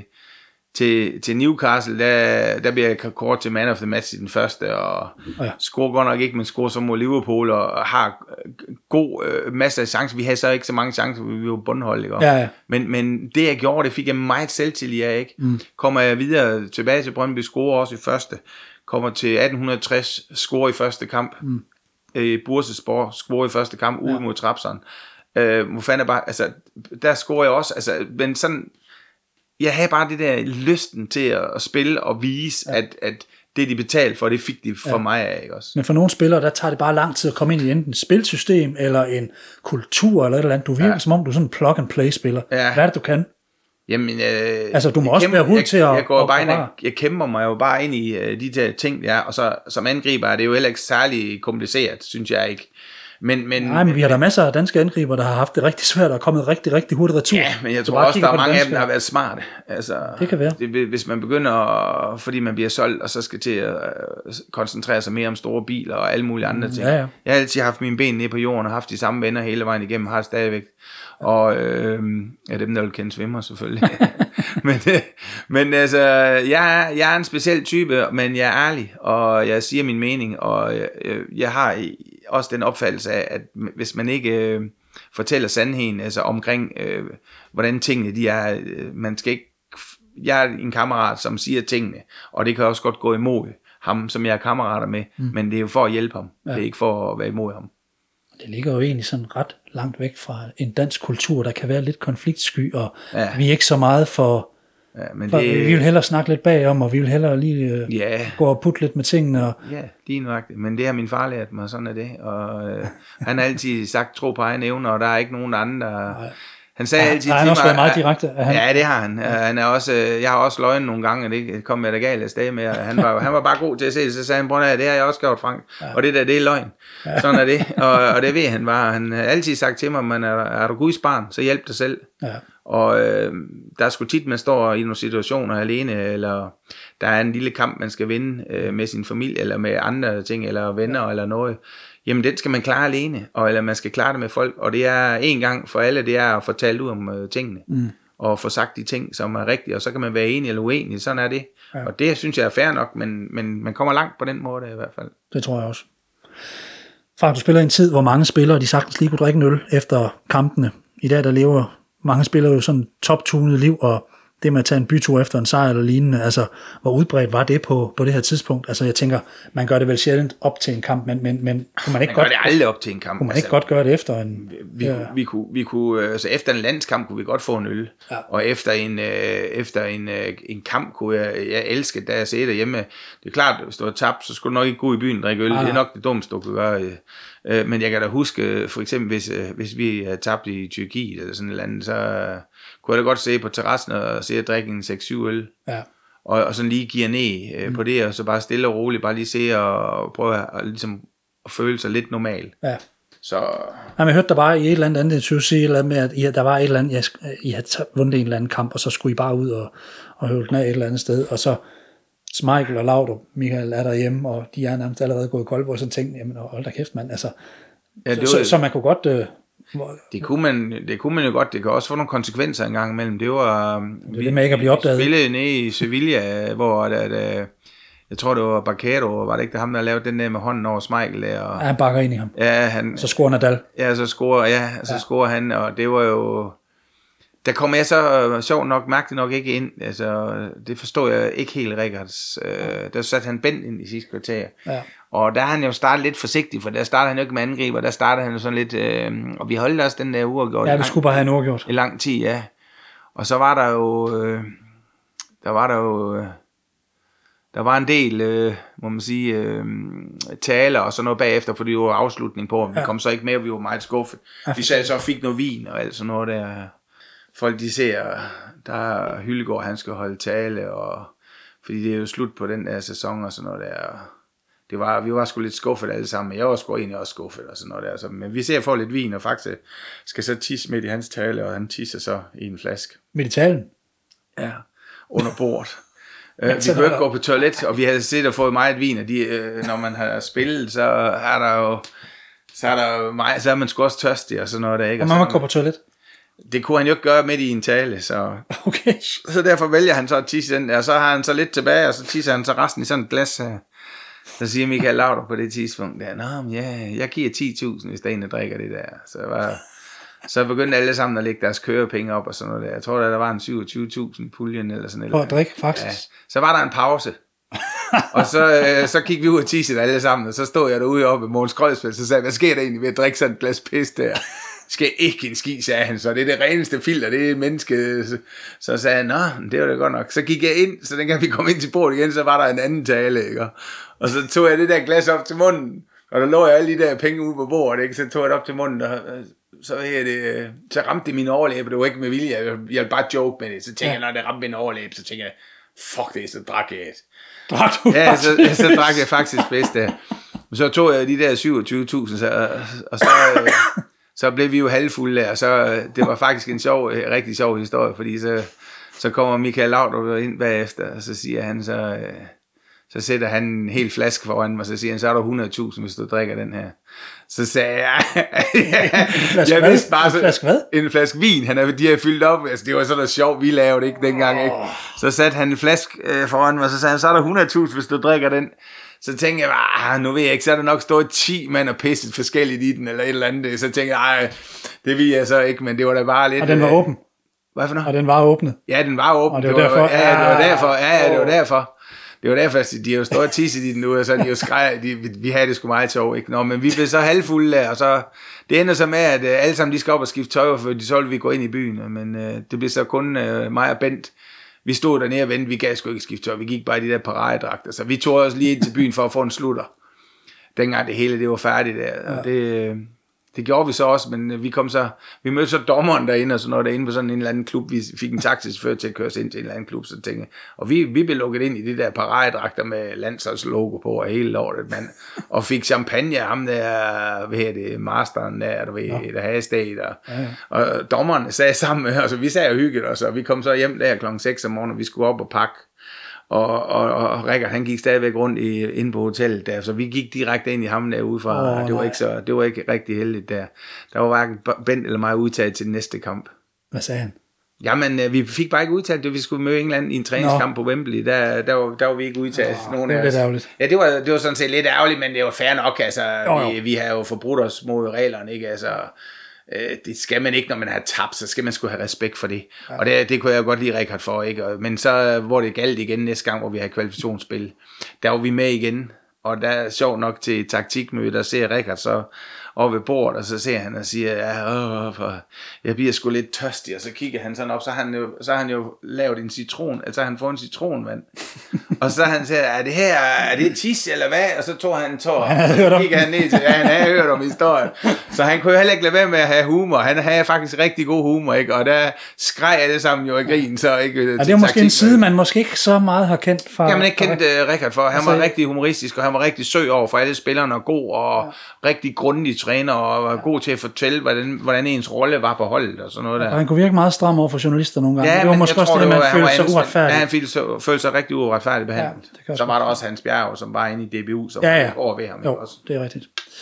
B: til, til Newcastle, der, der bliver jeg kort til man of the match i den første, og ja. scorer godt nok ikke, men scorer så mod Liverpool, og har god øh, masser af chancer. Vi havde så ikke så mange chancer, vi var bundhold, ikke? Ja, ja. Men, men det jeg gjorde, det fik jeg meget selvtillid af, ikke? Mm. Kommer jeg videre tilbage til Brøndby, scorer også i første, kommer til atten tres, scorer i første kamp, mm. øh, Bursaspor, scorer i første kamp, ude ja. mod Trabzon. Øh, hvor fanden er bare, altså, der scorer jeg også, altså, men sådan, jeg havde bare det der lysten til at, at spille og vise, ja. at, at det de betalte for, det fik de for ja. mig af, ikke også?
A: Men for nogle spillere, der tager det bare lang tid at komme ind i enten et spilsystem, eller en kultur, eller et eller andet. Du virker ja. som om, du er sådan en plug-and-play-spiller. Ja. Hvad er det, du kan?
B: Jamen, øh,
A: altså, du må også kæmper, være hurtig til at...
B: Jeg, går at, bare ind, jeg, jeg kæmper mig jo bare ind i uh, de der ting, ja, og så som angriber er det jo heller ikke særlig kompliceret, synes jeg ikke. Men, men,
A: Nej, men vi har da masser af danske angriber, der har haft det rigtig svært og er kommet rigtig, rigtig hurtigt retur.
B: Ja, men jeg tror også, der er mange af dem, der har været smarte. Altså,
A: det kan være.
B: Det, hvis man begynder, fordi man bliver solgt, og så skal til at koncentrere sig mere om store biler og alle mulige andre ting.
A: Ja, ja. Jeg
B: har altid haft mine ben nede på jorden og haft de samme venner hele vejen igennem, har stadigvæk. Og øh, ja, dem der vil kende svømmer selvfølgelig. men, øh, men altså, jeg, jeg er en speciel type, men jeg er ærlig, og jeg siger min mening, og jeg, jeg har også den opfattelse af, at hvis man ikke øh, fortæller sandheden, altså omkring, øh, hvordan tingene de er, øh, man skal ikke, jeg er en kammerat, som siger tingene, og det kan også godt gå imod ham, som jeg er kammerater med, mm. men det er jo for at hjælpe ham, ja. Det er ikke for at være imod ham.
A: Det ligger jo egentlig sådan ret langt væk fra en dansk kultur, der kan være lidt konfliktsky, og ja. Vi er ikke så meget for,
B: ja, men
A: for
B: det...
A: vi vil hellere snakke lidt bagom, og vi vil hellere lige uh,
B: ja.
A: gå og putte lidt med tingene. Og...
B: Ja, lige nøjagtigt, men det har min far lært mig, sådan er det, og øh, han har altid sagt tro på egen evner, og der er ikke nogen andre, der... Han sagde
A: ja,
B: altid
A: han
B: til
A: har også
B: mig,
A: været meget direkte.
B: Han... Ja, det har han. Ja. Han er også, jeg har også løgn nogle gange, og det kom jeg da galt af sted med. Han var, han var bare god til at se det, så sagde han, bror, det har jeg også gjort, Frank. Ja. Og det der, det er løgn. Ja. Sådan er det. Og, og det ved han bare. Han har altid sagt til mig, man er, er du Guds barn, så hjælp dig selv. Ja. Og øh, der er sgu tit, man står i nogle situationer alene, eller der er en lille kamp, man skal vinde øh, med sin familie, eller med andre ting, eller venner, ja. Eller noget. Jamen, den skal man klare alene, og, eller man skal klare det med folk, og det er en gang for alle, det er at få talt ud om øh, tingene, mm. og få sagt de ting, som er rigtige, og så kan man være enig eller uenig, sådan er det. Ja. Og det synes jeg er fair nok, men, men man kommer langt på den måde i hvert fald.
A: Det tror jeg også. Frank, du spiller i en tid, hvor mange spillere, de sagtens lige kunne drikke en øl efter kampene. I dag, der lever mange spillere jo sådan top-tunet liv, og det med at tage en bytur efter en sejr eller lignende, altså hvor udbredt var det på, på det her tidspunkt? Altså jeg tænker, man gør det vel sjældent op til en kamp, men, men, men kunne man ikke
B: man
A: godt...
B: gør det aldrig op til en kamp.
A: Kunne man
B: altså,
A: ikke godt gøre det efter en...
B: Vi, ja. vi, kunne, vi kunne, altså efter en landskamp kunne vi godt få en øl, ja. Og efter en, øh, efter en, øh, en kamp kunne jeg, jeg elske, da jeg sagde derhjemme, det er klart, hvis du har tabt, så skulle du nok ikke gå i byen og drikke øl, ja. Det er nok det dummeste, du kan gøre. Øh, men jeg kan da huske, for eksempel hvis, øh, hvis vi havde tabt i Tyrkiet eller sådan et eller andet, så øh, kunne jeg da godt se på terrassen og se at drikke en seks syv øl. Ja. Og, og sådan lige give ned øh, mm. på det, og så bare stille og roligt, bare lige se og prøve at, at, ligesom, at føle sig lidt normal. Ja. Så...
A: Jamen, jeg hørte der bare i et eller andet andet interview sige et eller andet med, at I, der var et eller andet, jeg, I havde vundet en eller anden kamp, og så skulle I bare ud og, og høvle den af et eller andet sted, og så Michael og Laudrup, Michael er derhjemme, og de er nærmest allerede gået i Koldborg, og så tænkte jamen hold da kæft mand, altså, ja, det så, var, så man kunne godt... Øh,
B: det, kunne man, det kunne man jo godt, det kan også få nogle konsekvenser en gang imellem, det var...
A: Det er det med ikke at blive opdaget.
B: Vi spillede nede i Sevilla, hvor der, der, jeg tror det var Barcado, var det ikke der ham, der lavede den der med hånden over Michael der, og,
A: ja, han bakker ind i ham.
B: Ja, han...
A: Så scorer Nadal.
B: Ja, så scorer, ja, så ja. scorer han, og det var jo... Der kom jeg så sjovt nok, mærkeligt nok ikke ind. Altså, det forstår jeg ikke helt, Rikkards. Øh, der satte han Bent ind i sidste kvarter. Ja. Og der har han jo startet lidt forsigtigt, for der startede han jo ikke med angriber. Der startede han jo sådan lidt... Øh, og vi holdt også den der uafgjort.
A: Ja, vi skulle bare have en uafgjort.
B: I lang tid, ja. Og så var der jo... Øh, der var der jo... Øh, der var en del, øh, må man sige, øh, taler og sådan noget bagefter, fordi det var afslutning på. Vi ja. kom så ikke med, og vi var meget skuffet. Ja. Vi sad så og fik noget vin og alt sådan noget der... Folk de ser, der Hyllegaard, han skal holde tale, og fordi det er jo slut på den der sæson og sådan noget der. Det var, vi var sgu lidt skuffet alle sammen, men jeg var sgu egentlig også skuffet og sådan noget der. Så, men vi ser for lidt vin, og faktisk skal så tisse midt i hans tale, og han tisser så i en flaske.
A: Midt i talen?
B: Ja, under bordet. uh, vi kunne ikke gå på toilet, og vi havde set og fået meget vin, og de, uh, når man har spillet, så er der jo, så er der jo meget, så er man sgu også tørstig og sådan noget der, ikke?
A: Og man må gå på toilet?
B: Det kunne han jo ikke gøre midt i en tale, så,
A: okay.
B: Så derfor vælger han så at tisse den, og så har han så lidt tilbage, og så tisser han så resten i sådan et glas her. Så siger Michael Laudrup på det tidspunkt der, nå, men ja, jeg giver ti tusind, hvis der en, der drikker det der. Så, var, så begyndte alle sammen at lægge deres kørepenge op og sådan noget der. Jeg tror, der, der var en syvogtyve tusind puljen eller sådan noget.
A: For at drikke, faktisk? Ja.
B: Så var der en pause. Og så, øh, så gik vi ud og tissede alle sammen, og så stod jeg derude oppe i Mogens Krødsfeldt, så sagde hvad sker der egentlig ved at drikke sådan et glas pis der? Skal ikke en ski, sagde han, så det er det reneste filter, det er menneske. Så sagde han, nå, det var det godt nok. Så gik jeg ind, så dengang vi kom ind til bordet igen, så var der en anden tale, ikke? Og så tog jeg det der glas op til munden, og der lå jeg alle de der penge ude på bordet, ikke? Så tog jeg det op til munden, og så, her det, så ramte det min overlæbe, det var ikke med vilje, jeg ville bare joke med det. Så tænkte ja. jeg, når det ramte min overlæbe, så tænkte jeg, fuck det, så drak jeg et.
A: Drak du
B: ja, så, så drak jeg faktisk bedst der. Så tog jeg de der syvogtyve tusind, så, og så, så blev vi jo halvfulde, og så, det var faktisk en sjov, rigtig sjov historie, fordi så, så kommer Michael Laudrup ind bagefter, og så siger han så, så sætter han en hel flaske foran mig, og så siger han, så er der hundrede tusind, hvis du drikker den her. Så sagde jeg, jeg vidste bare, så,
C: en flaske hvad?
B: En flaske vin, han havde, de havde fyldt op, altså det var sådan noget sjovt, vi lavede ikke dengang, ikke? Så satte han en flaske øh, foran mig, og så sagde han, så er der hundrede tusind, hvis du drikker den. Så tænkte jeg, ah, nu ved jeg ikke, så er der nok stået ti mand og pisset forskelligt i den, eller et eller andet. Så tænkte jeg, ej, det vil jeg så ikke, men det var da bare lidt...
C: Og den var åben?
B: Hvad for noget?
C: Og den var åbnet?
B: Ja, den var åben.
C: Og det var derfor?
B: Ja, det var derfor, ja, ja, det var derfor. Det var derfor, at de har jo stået og tisset i den ud, og så de jo skreg, de, vi, vi havde det sgu meget sjovt, ikke? Nå, men vi blev så halvfulde, og så, det ender så med, at uh, alle sammen, de skal op og skifte tøj, for de så ville vi gå ind i byen, men uh, det blev så kun uh, mig og Bent. Vi stod dernede og ventede, vi gav sgu ikke skifte tøj, vi gik bare i de der paradedragter, så vi tog os lige ind til byen for at få en slutter. Dengang det hele, det var færdigt der, og det... Det gjorde vi så også, men vi kom så, vi mødte så dommeren derinde, og så når derinde på sådan en eller anden klub, vi fik en taxichauffør til at køre os ind til en eller anden klub, så tænkte jeg, og vi, vi blev lukket ind i de der paradedragter med landsholdslogo på, og hele lortet, mand, og fik champagne af ham der, hvad hedder det, masteren der, du ved, ja. Der havde sted, og, ja, ja. Og dommerne sagde sammen med os, og vi sagde og hyggede os, og vi kom så hjem der klokken seks om morgenen, og vi skulle op og pakke. Og, og, og Rikard, han gik stadigvæk rundt i, inde på hotellet der, så vi gik direkte ind i ham derude fra, oh, det var ikke så, det var ikke rigtig heldigt der. Der var hverken Bent eller mig udtaget til den næste kamp.
C: Hvad sagde han?
B: Jamen, vi fik bare ikke udtaget det, vi skulle møde England i en træningskamp Nå. På Wembley, der, der, var, der var vi ikke udtaget.
C: Oh, nogen det var lidt ærgerligt.
B: Ja, det var, det var sådan set lidt ærgerligt, men det var fair nok, altså, oh, vi, vi har jo forbrudt os mod reglerne, ikke, altså... Det skal man ikke, når man har tabt, så skal man sgu have respekt for det. Ja. Og det, det kunne jeg godt lide Rikard for, ikke? Men så hvor det galt igen næste gang, hvor vi havde kvalifikationsspil, der var vi med igen. Og der er sjovt nok til taktikmøde, der ser Rikard så over ved bordet, og så ser han og siger, ja, åh, for jeg bliver sgu lidt tørstig, og så kigger han sådan op, så har han jo, så har han jo lavet en citron, altså han får en citronvand, og så han siger, er det her, er det tis eller hvad? Og så tog han en tår, og så kigger han ned til, ja, han havde hørt om historien, så han kunne jo heller ikke lade være med at have humor, han havde faktisk rigtig god humor, ikke? Og der skreg alle sammen jo i grin, så ikke.
C: Ja, det er måske en side, man måske ikke så meget har kendt fra.
B: Det har man ikke kendt uh, Rikard for, han altså, var rigtig humoristisk, og han var rigtig søg over for alle spillerne, og god, og ja. Rigtig grundig træner, og var god til at fortælle, hvordan, hvordan ens rolle var på holdet, og sådan noget der.
C: Og han kunne virke meget stram over for journalister nogle gange.
B: Ja,
C: det var måske også det, at man følte sig uretfærdigt.
B: Ja, han følte sig, følte sig rigtig uretfærdigt behandlet. Ja, så var der også Hans Bjerg, som var inde i D B U, som ja, ja. Var over ved ham.
C: Jo,
B: også.
C: Det er rigtigt.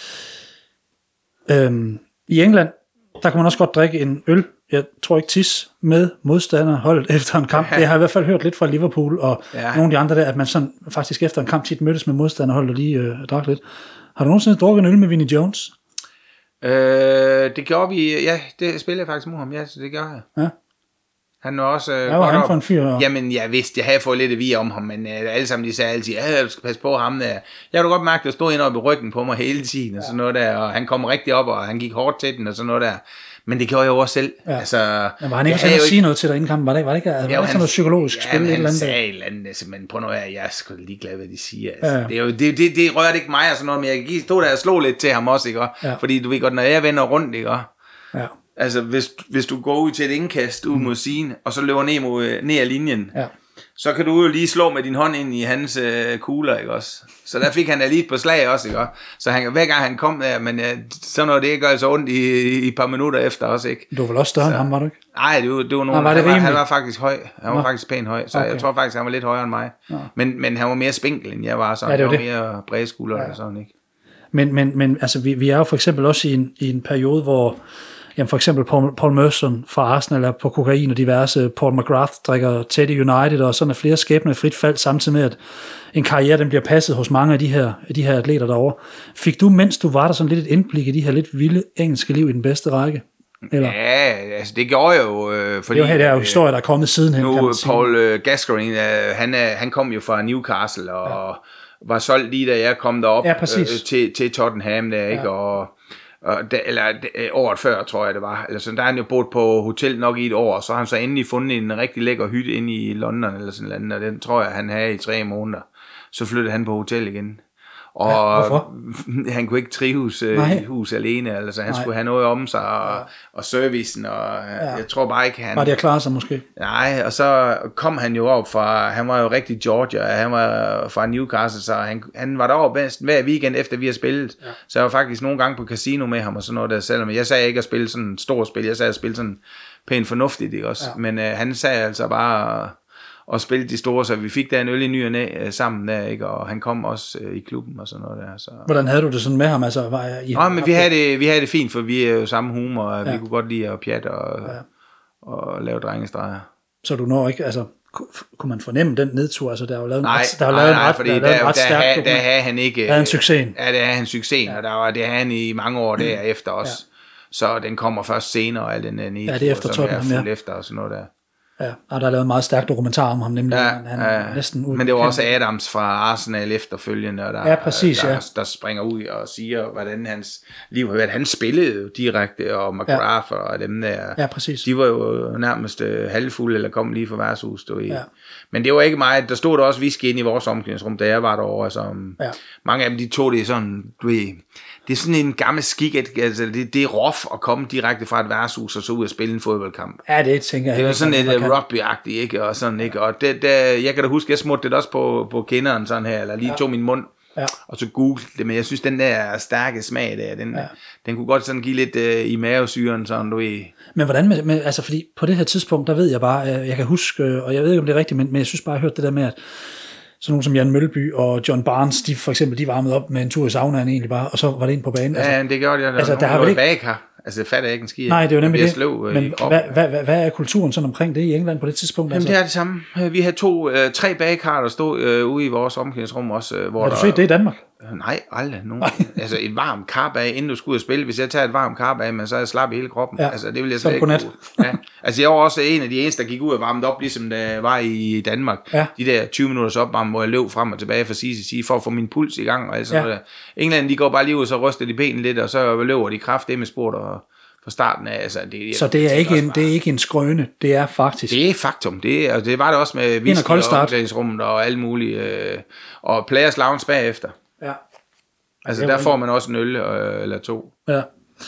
C: Øhm, I England, der kan man også godt drikke en øl, jeg tror ikke tis, med modstanderholdet efter en kamp. Ja. Jeg har i hvert fald hørt lidt fra Liverpool, og ja. Nogle af de andre der, at man sådan faktisk efter en kamp tit mødtes med modstanderholdet og lige øh, drak lidt. Har du nogensinde drukket en øl med Vinnie Jones?
B: Øh, det gjorde vi, ja, det spillede jeg faktisk mod ham, ja, så det gjorde jeg.
C: Ja.
B: Han var også... Øh,
C: ja, var han for en fyr? Og...
B: Jamen, jeg vidste, jeg havde fået lidt at vide om ham, men øh, alle sammen, de sagde altid, ja, du skal passe på ham der. Jeg kunne godt mærke, at der stod ind oppe i ryggen på mig hele tiden, og sådan noget der, og han kom rigtig op, og han gik hårdt til den, og sådan noget der. Men det gjorde jeg jo også selv. Ja. Altså,
C: men var han ikke sådan at sige noget til dig inden kampen? Var det ikke, var det ikke, var det ikke sådan noget psykologisk
B: ja,
C: spil?
B: Ja,
C: han
B: eller sagde et eller andet, altså, men på noget af, jeg er sgu ligeglad, hvad de siger. Altså.
C: Ja.
B: Det, er jo, det, det, det rørte ikke mig og sådan noget, men jeg stod der og slog lidt til ham også, ikke? Ja. Fordi du ved godt, når jeg vender rundt, ikke? Ja. Altså, hvis, hvis du går ud til et indkast ud mod sine, og så løber ned, mod, ned ad linjen, ja. Så kan du jo lige slå med din hånd ind i hans øh, kugler, ikke også? Så der fik han da lige et par slag også, ikke også? Så han, hver gang han kom der, men øh, så når det gør så ondt i, i et par minutter efter også, ikke?
C: Du var vel også større end ham, var du ikke?
B: Nej, det var, det var nogen,
C: var det
B: han, var, han var faktisk høj, han var Nå. faktisk pænt høj, så okay. Jeg tror faktisk, han var lidt højere end mig. Men, men han var mere spinkel, end jeg var, så ja, han var det. mere bredeskulder ja. Og sådan, ikke?
C: Men, men, men altså, vi, vi er jo for eksempel også i en, i en periode, hvor jamen for eksempel Paul, Paul Merson fra Arsenal er på kokain, og diverse Paul McGrath drikker Teddy United, og sådan er flere skæbner i frit fald, samtidig med, at en karriere den bliver passet hos mange af de her, af de her atleter derovre. Fik du, mens du var der, sådan lidt et indblik i de her lidt vilde engelske liv i den bedste række? Eller?
B: Ja, altså det gjorde jeg jo, øh, fordi...
C: Det er jo her, der er jo historier, der er kommet sidenhen,
B: nu, kan man sige. Paul øh, Gascoigne, øh, han, øh, han kom jo fra Newcastle, og ja. Var solgt lige da jeg kom derop
C: ja,
B: øh, til, til Tottenham der, ikke? Ja. Og Og da, eller året før, tror jeg det var. Eller sådan, der har han jo boet på hotel nok i et år, og så har han så endelig fundet en rigtig lækker hytte inde i London, eller sådan noget, og den tror jeg, han havde i tre måneder. Så flyttede han på hotel igen. Og
C: ja,
B: han kunne ikke trives øh, i hus alene, altså han Nej. skulle have noget om sig, og, ja. og servicen, og ja. jeg tror bare ikke, han...
C: Var det at klare sig måske?
B: Nej, og så kom han jo op fra, han var jo rigtig Georgia, han var fra Newcastle, så han, han var deroppe hver weekend efter vi har spillet, ja. så jeg var faktisk nogle gange på casino med ham, og sådan noget der, selvom jeg sagde ikke at spille sådan en stor spil, jeg sagde at spille sådan pænt fornuftigt, ikke også, ja. men øh, han sagde altså bare... og spille de store, så vi fik der en øl i ny og næ sammen der, ikke? Og han kom også øh, i klubben og sådan noget der. Så.
C: Hvordan havde du det sådan med ham? Altså, var I
B: Nå, men vi havde, det, vi havde det fint, for vi er jo samme humor, og ja. vi kunne godt lide at pjatte og, ja. og lave drengestreger.
C: Så du når ikke, altså, kunne man fornemme den nedtur? Altså, der er jo lavet
B: nej,
C: en, der er
B: nej,
C: lavet
B: nej,
C: en ret,
B: fordi
C: der,
B: der,
C: der, ret
B: der,
C: stærk
B: der, der havde han ikke...
C: Der havde han succesen.
B: Ja, det havde han succesen, ja. og der var, det havde han i mange år derefter også. Ja. Så den kommer først senere, al den nedtur,
C: ja, det er efter
B: som
C: Tottenham,
B: er fuld
C: ja.
B: efter og sådan noget der.
C: Ja, og der er lavet en meget stærk dokumentar om ham, nemlig.
B: Ja,
C: han,
B: han ja.
C: næsten
B: men det var også Adams fra Arsenal efterfølgende, og der,
C: ja, præcis,
B: der,
C: ja.
B: der, der springer ud og siger, hvordan hans liv har været. Han spillede jo direkte, og McGrath ja. og dem der,
C: ja, præcis.
B: de var jo nærmest halvfulde, eller kom lige fra værtshus.
C: Ja.
B: Men det var ikke meget. Der stod der også whisky inde i vores omklædningsrum, da jeg var derovre. Altså,
C: ja.
B: Mange af dem, de tog det sådan, du ved, det er sådan en gammel skik, at altså, det, det er rough at komme direkte fra et værtshus og så ud og spille en fodboldkamp.
C: Ja, det tænker jeg.
B: Det var sådan lidt rugby-agtigt, ikke? Og sådan, ikke? Og det, det, jeg kan da huske, jeg smurte det også på, på kinderen sådan her, eller lige ja. tog min mund, ja. og så googlede det, men jeg synes, den der stærke smag der, den, ja. den kunne godt sådan give lidt uh, i mavesyren, sådan du ved.
C: Men hvordan med, med, altså fordi på det her tidspunkt, der ved jeg bare, jeg kan huske, og jeg ved ikke, om det er rigtigt, men, men jeg synes bare, jeg hørte det der med, at sådan nogle som Jan Mølleby og John Barnes, de for eksempel, de varmede op med en tur i saunaen egentlig bare, og så var det ind på banen. Altså,
B: ja, det gjorde jeg. Der,
C: altså, der har
B: vel
C: ikke
B: bagkar. Altså, det fatter jeg ikke en skid.
C: Nej, det er jo nemlig det.
B: Sløv,
C: men hvad, hvad, hvad, hvad er kulturen sådan omkring det i England på det tidspunkt?
B: Jamen, altså? Det er det samme. Vi havde to, øh, tre bagkar, der stod øh, ude i vores omklædningsrum også. Øh, hvor
C: har du
B: der,
C: set det i Danmark?
B: Nej, aldrig. Nogen. Altså, et varmt karbag, inden du skulle ud og spille. Hvis jeg tager et varmt karbag, men så er jeg slap i hele kroppen.
C: Ja.
B: Altså, det vil jeg slet ikke ja. Altså, jeg var også en af de eneste, der gik ud og varmede op, ligesom der var i Danmark. Ja. De der tyve minutters opvarmning, hvor jeg løb frem og tilbage fra side til side, for at få min puls i gang. Og alt sådan ja. noget der. England, de går bare lige ud, og så ryster de benene lidt, og så løber de kraft med sport og fra starten af. Altså, det,
C: så det er, ikke en, det er ikke en skrøne, det er faktisk...
B: Det er faktum. Det, altså, det var det også med whisky og omklædningsrummet og alt muligt. Øh, og players lounge bagefter.
C: Ja.
B: Altså der får man også en øl øh, eller to.
C: Ja.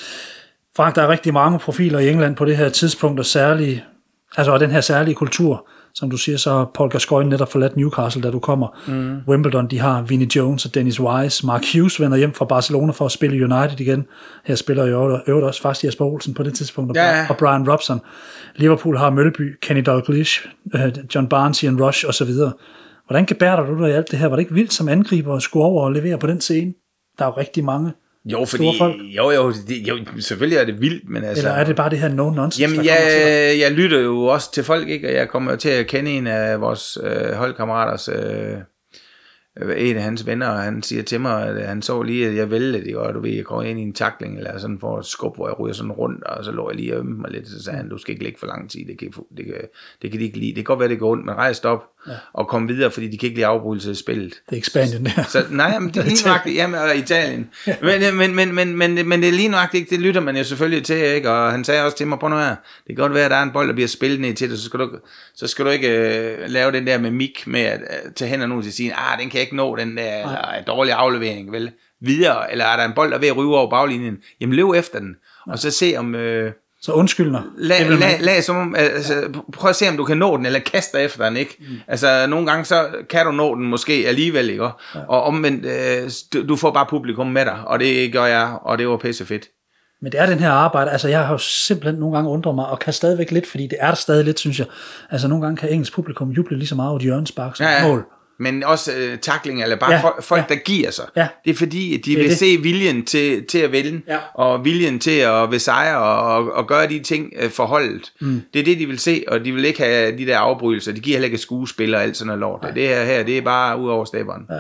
C: Frank, der er rigtig mange profiler i England på det her tidspunkt, og særlige, altså og den her særlige kultur, som du siger, så har Paul Gascoigne netop forladt Newcastle, da du kommer. Mm. Wimbledon, de har Vinnie Jones og Dennis Wise. Mark Hughes vender hjem fra Barcelona for at spille United igen. Her spiller jo øvrigt også faktisk Jesper Olsen på det tidspunkt,
B: ja.
C: og Brian Robson. Liverpool har Mølleby, Kenny Dalglish, John Barnes, Ian Rush osv. Hvordan gebærder du dig i alt det her? Var det ikke vildt som angriber at skulle over og levere på den scene? Der er jo rigtig mange
B: jo, fordi, store folk. Jo, jo, det, jo, selvfølgelig er det vildt, men altså...
C: Eller er det bare det her no-nonsense,
B: jamen, jeg, jeg lytter jo også til folk, ikke? Og jeg kommer til at kende en af vores øh, holdkammeraters... Øh, en af hans venner, og han siger til mig, at han så lige, at jeg vælger det, og du ved, jeg går ind i en tackling, eller sådan for et skub, hvor jeg ryger sådan rundt, og så lå jeg lige og ømme mig lidt, så sagde han, du skal ikke ligge for lang tid, det kan, det kan, det kan de ikke lide, det kan godt være, det går ondt, men rejs op, ja. og kom videre, fordi de kan ikke lide afbrydelse i spillet.
C: Det er ikke Spanien, der.
B: Så, nej, men det er lige nøjagtigt, jamen, og Italien, men, men, men, men, men, men det er lige nøjagtigt, det lytter man jo selvfølgelig til, ikke, og han sagde også til mig, prøv nu her, det kan godt være, at der er en bold, der bliver spillet ned til det, så skal du, så skal du ikke uh, lave den der med mik, med at uh, tage hænder nu til at sige, ah, den kan jeg ikke nå, den der, eller er dårlig aflevering, vel, videre, eller er der en bold, der er ved at ryge over baglinjen, jamen løb efter den, ja. og så se om... Øh,
C: så undskyldner.
B: Lad, lad, lad, som, altså, prøv at se, om du kan nå den, eller kaste efter den, ikke? Mm. Altså, nogle gange, så kan du nå den måske alligevel, ikke? Ja. Og omvendt, øh, du, du får bare publikum med dig, og det gør jeg, og det var pisse fedt.
C: Men det er den her arbejde, altså jeg har jo simpelthen nogle gange undret mig, og kan stadigvæk lidt, fordi det er der stadig lidt, synes jeg. Altså nogle gange kan engelsk publikum juble lige så meget over de hjørnespark som ja, ja. mål.
B: Men også øh, tackling, eller bare ja, folk, folk ja. der giver sig. Ja. Det er fordi, at de det vil det. se viljen til, til at vinde, ja. og viljen til at vil sejre, og, og, og gøre de ting øh, forholdet. Mm. Det er det, de vil se, og de vil ikke have de der afbrydelser. De giver heller ikke skuespillere og alt sådan noget lort. Nej. Det her, her, det er bare ud over stepperen. Ja.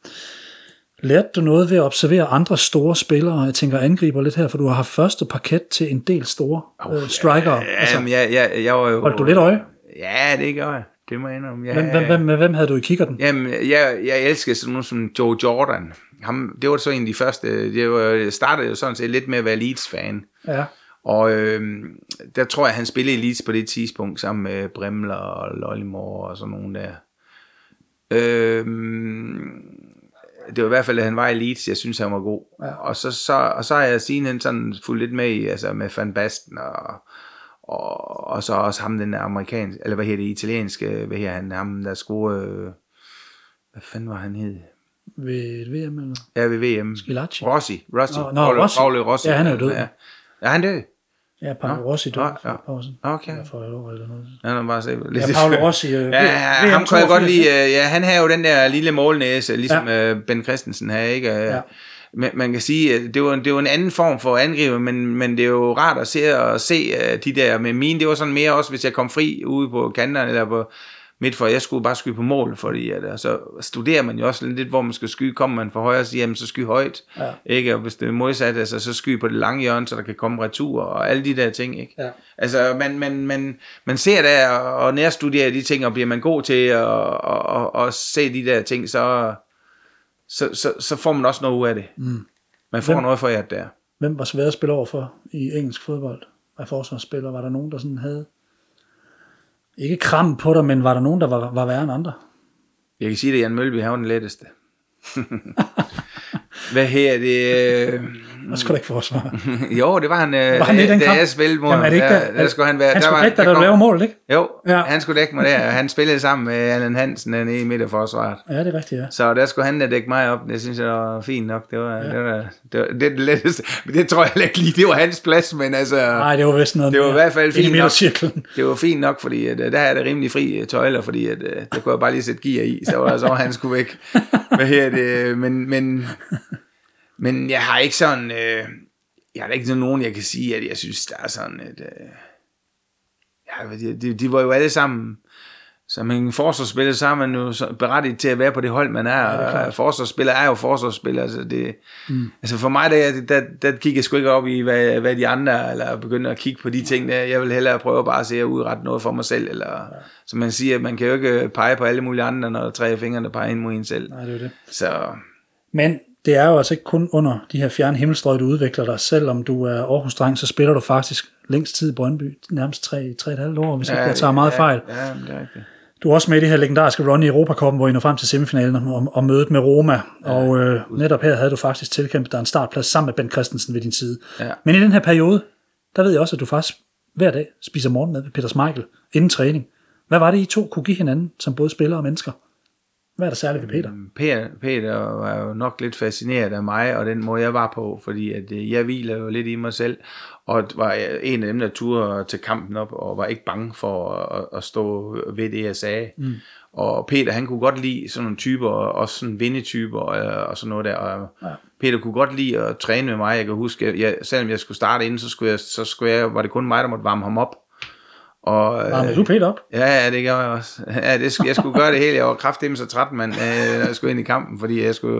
C: Lærte du noget ved at observere andre store spillere? Jeg tænker angriber lidt her, for du har haft første parket til en del store oh, øh, strikere.
B: Ja, altså, jeg, jeg, jeg var jo...
C: Holdt du lidt øje?
B: Ja, det gør jeg. Det må jeg indrømme.
C: Hvem, hvem, hvem, med hvem havde du i kikkerten?
B: Jamen, jeg, jeg elskede sådan nogen som Joe Jordan. Ham, det var så en af de første. Det var, jeg startede jo sådan set lidt med at være Leeds-fan. Ja. Og øh, der tror jeg, han spillede i Leeds på det tidspunkt, sammen med Bremler og Lollimore og sådan nogen der. Øh, det var i hvert fald, at han var i Leeds, jeg synes, han var god. Ja. Og, så, så, og så har jeg siden sådan fulgt lidt med i, altså med Van Basten, og, og, og så også ham, den amerikanske, eller hvad hedder det, italienske, hvad hedder han, ham, der scorede, øh, hvad fanden var han hed?
C: Ved V M, eller?
B: Ja, ved V M.
C: Skilacci.
B: Rossi. Rossi.
C: Nå, no, Rossi.
B: Paolo Rossi.
C: Ja, han er jo død.
B: Ja, ja han død.
C: Ja, Paolo Rossi død.
B: Ja, ja.
C: For,
B: okay.
C: for et år eller noget.
B: Ja, bare se lidt.
C: Ja, Paolo Rossi. Øh,
B: ja, ja, ham kan jeg godt lide. Ja, han havde jo den der lille målnæse, ligesom ja. Ben Christensen havde, ikke? Ja. Men man kan sige, at det var, det var en anden form for angriber, men, men det er jo rart at se, at se de der med mine. Det var sådan mere også, hvis jeg kom fri ude på kanterne, eller på midt for, jeg skulle bare skyde på mål, fordi at, så studerer man jo også lidt, hvor man skal skyde. Kommer man for højre og siger, jamen så sky højt, ja. Ikke? Og hvis det er modsat, altså, så sky på det lange hjørne, så der kan komme retur, og alle de der ting, ikke? Ja. Altså, man, man, man, man ser der, og nærstuderer de ting, og bliver man god til at og, og, og se de der ting, så, så, så, så får man også noget ud af det. Mm. Man får hvem, noget for jer der.
C: Hvem var svært at spille over for i engelsk fodbold? Af forsvarsspillere, var der nogen, der sådan havde ikke kram på dig, men var der nogen, der var, var værre end andre?
B: Jeg kan sige det, Jan Mølby, han var den letteste. Hvad her det?
C: Jeg skulle da ikke forsvare.
B: Jo, det var han,
C: var han
B: da, da jeg spillede mod ham.
C: Der,
B: der, der skulle han være.
C: Han
B: der
C: skulle
B: var,
C: dække dig, da du lavede mål, ikke?
B: Jo, ja. Han skulle dække mig der. Han spillede sammen med Allan Hansen nede i midterforsvaret.
C: Ja, det er rigtigt, ja.
B: Så der skulle han da dække mig op. Det synes jeg var fint nok. Det var, ja. det, var, det, var, det, det letteste. Men det tror jeg ikke lige, det var hans plads, men altså.
C: Nej, det var vist noget.
B: Det var i hvert fald fint nok.
C: Cirklen.
B: Det var fint nok, fordi at, der er det rimelig fri tøjler, fordi at, der kunne jeg bare lige sætte gear i, så var så han skulle væk. Hvad her det? Men men Men jeg har ikke sådan, øh, jeg har ikke sådan nogen, jeg kan sige, at jeg synes, der er sådan et, øh, ja, de, de var jo alle sammen, som en forsvarsspiller, så er man jo berettiget til at være på det hold, man er, ja, og forsvarsspiller er jo forsvarsspiller, altså det, mm. altså for mig, der, der, der kigger jeg sgu ikke op i, hvad, hvad de andre, eller begynder at kigge på de ting der, jeg vil hellere prøve bare at se at udrette noget for mig selv, eller, ja. Som man siger, man kan jo ikke pege på alle mulige andre, når der tre fingrene peger ind mod en selv.
C: Nej, det er det.
B: Så.
C: Men det er jo altså ikke kun under de her fjerne himmelstrøg, du udvikler dig. Selvom du er Aarhus-dreng, så spiller du faktisk længst tid i Brøndby. Nærmest tre, tre et halvt år, hvis ja, ikke jeg tager meget
B: ja,
C: fejl.
B: Ja, det er rigtigt.
C: Du er også med i det her legendariske run i Europacupen, hvor I når frem til semifinalen og, og mødet med Roma. Ja, og øh, netop her havde du faktisk tilkæmpet dig en startplads sammen med Ben Christensen ved din side. Ja. Men i den her periode, der ved jeg også, at du faktisk hver dag spiser morgenmad med Peter Schmeichel inden træning. Hvad var det, I to kunne give hinanden som både spillere og mennesker? Hvad er der særligt ved Peter?
B: Peter? Peter var jo nok lidt fascineret af mig, og den måde jeg var på, fordi at jeg hviler jo lidt i mig selv, og var en af dem, der turde til kampen op, og var ikke bange for at, at stå ved det, jeg sagde. Mm. Og Peter, han kunne godt lide sådan nogle typer, også sådan vindetyper og, og sådan noget der. Og ja. Peter kunne godt lide at træne med mig. Jeg kan huske, jeg, selvom jeg skulle starte inden, så, skulle jeg, så skulle jeg, var det kun mig, der måtte varme ham op. Og,
C: varmede du Peter op?
B: Ja, ja, det gør jeg også. Ja, det, jeg skulle gøre det hele. Jeg var kraftedeme så træt, man, når jeg skulle ind i kampen, fordi jeg skulle,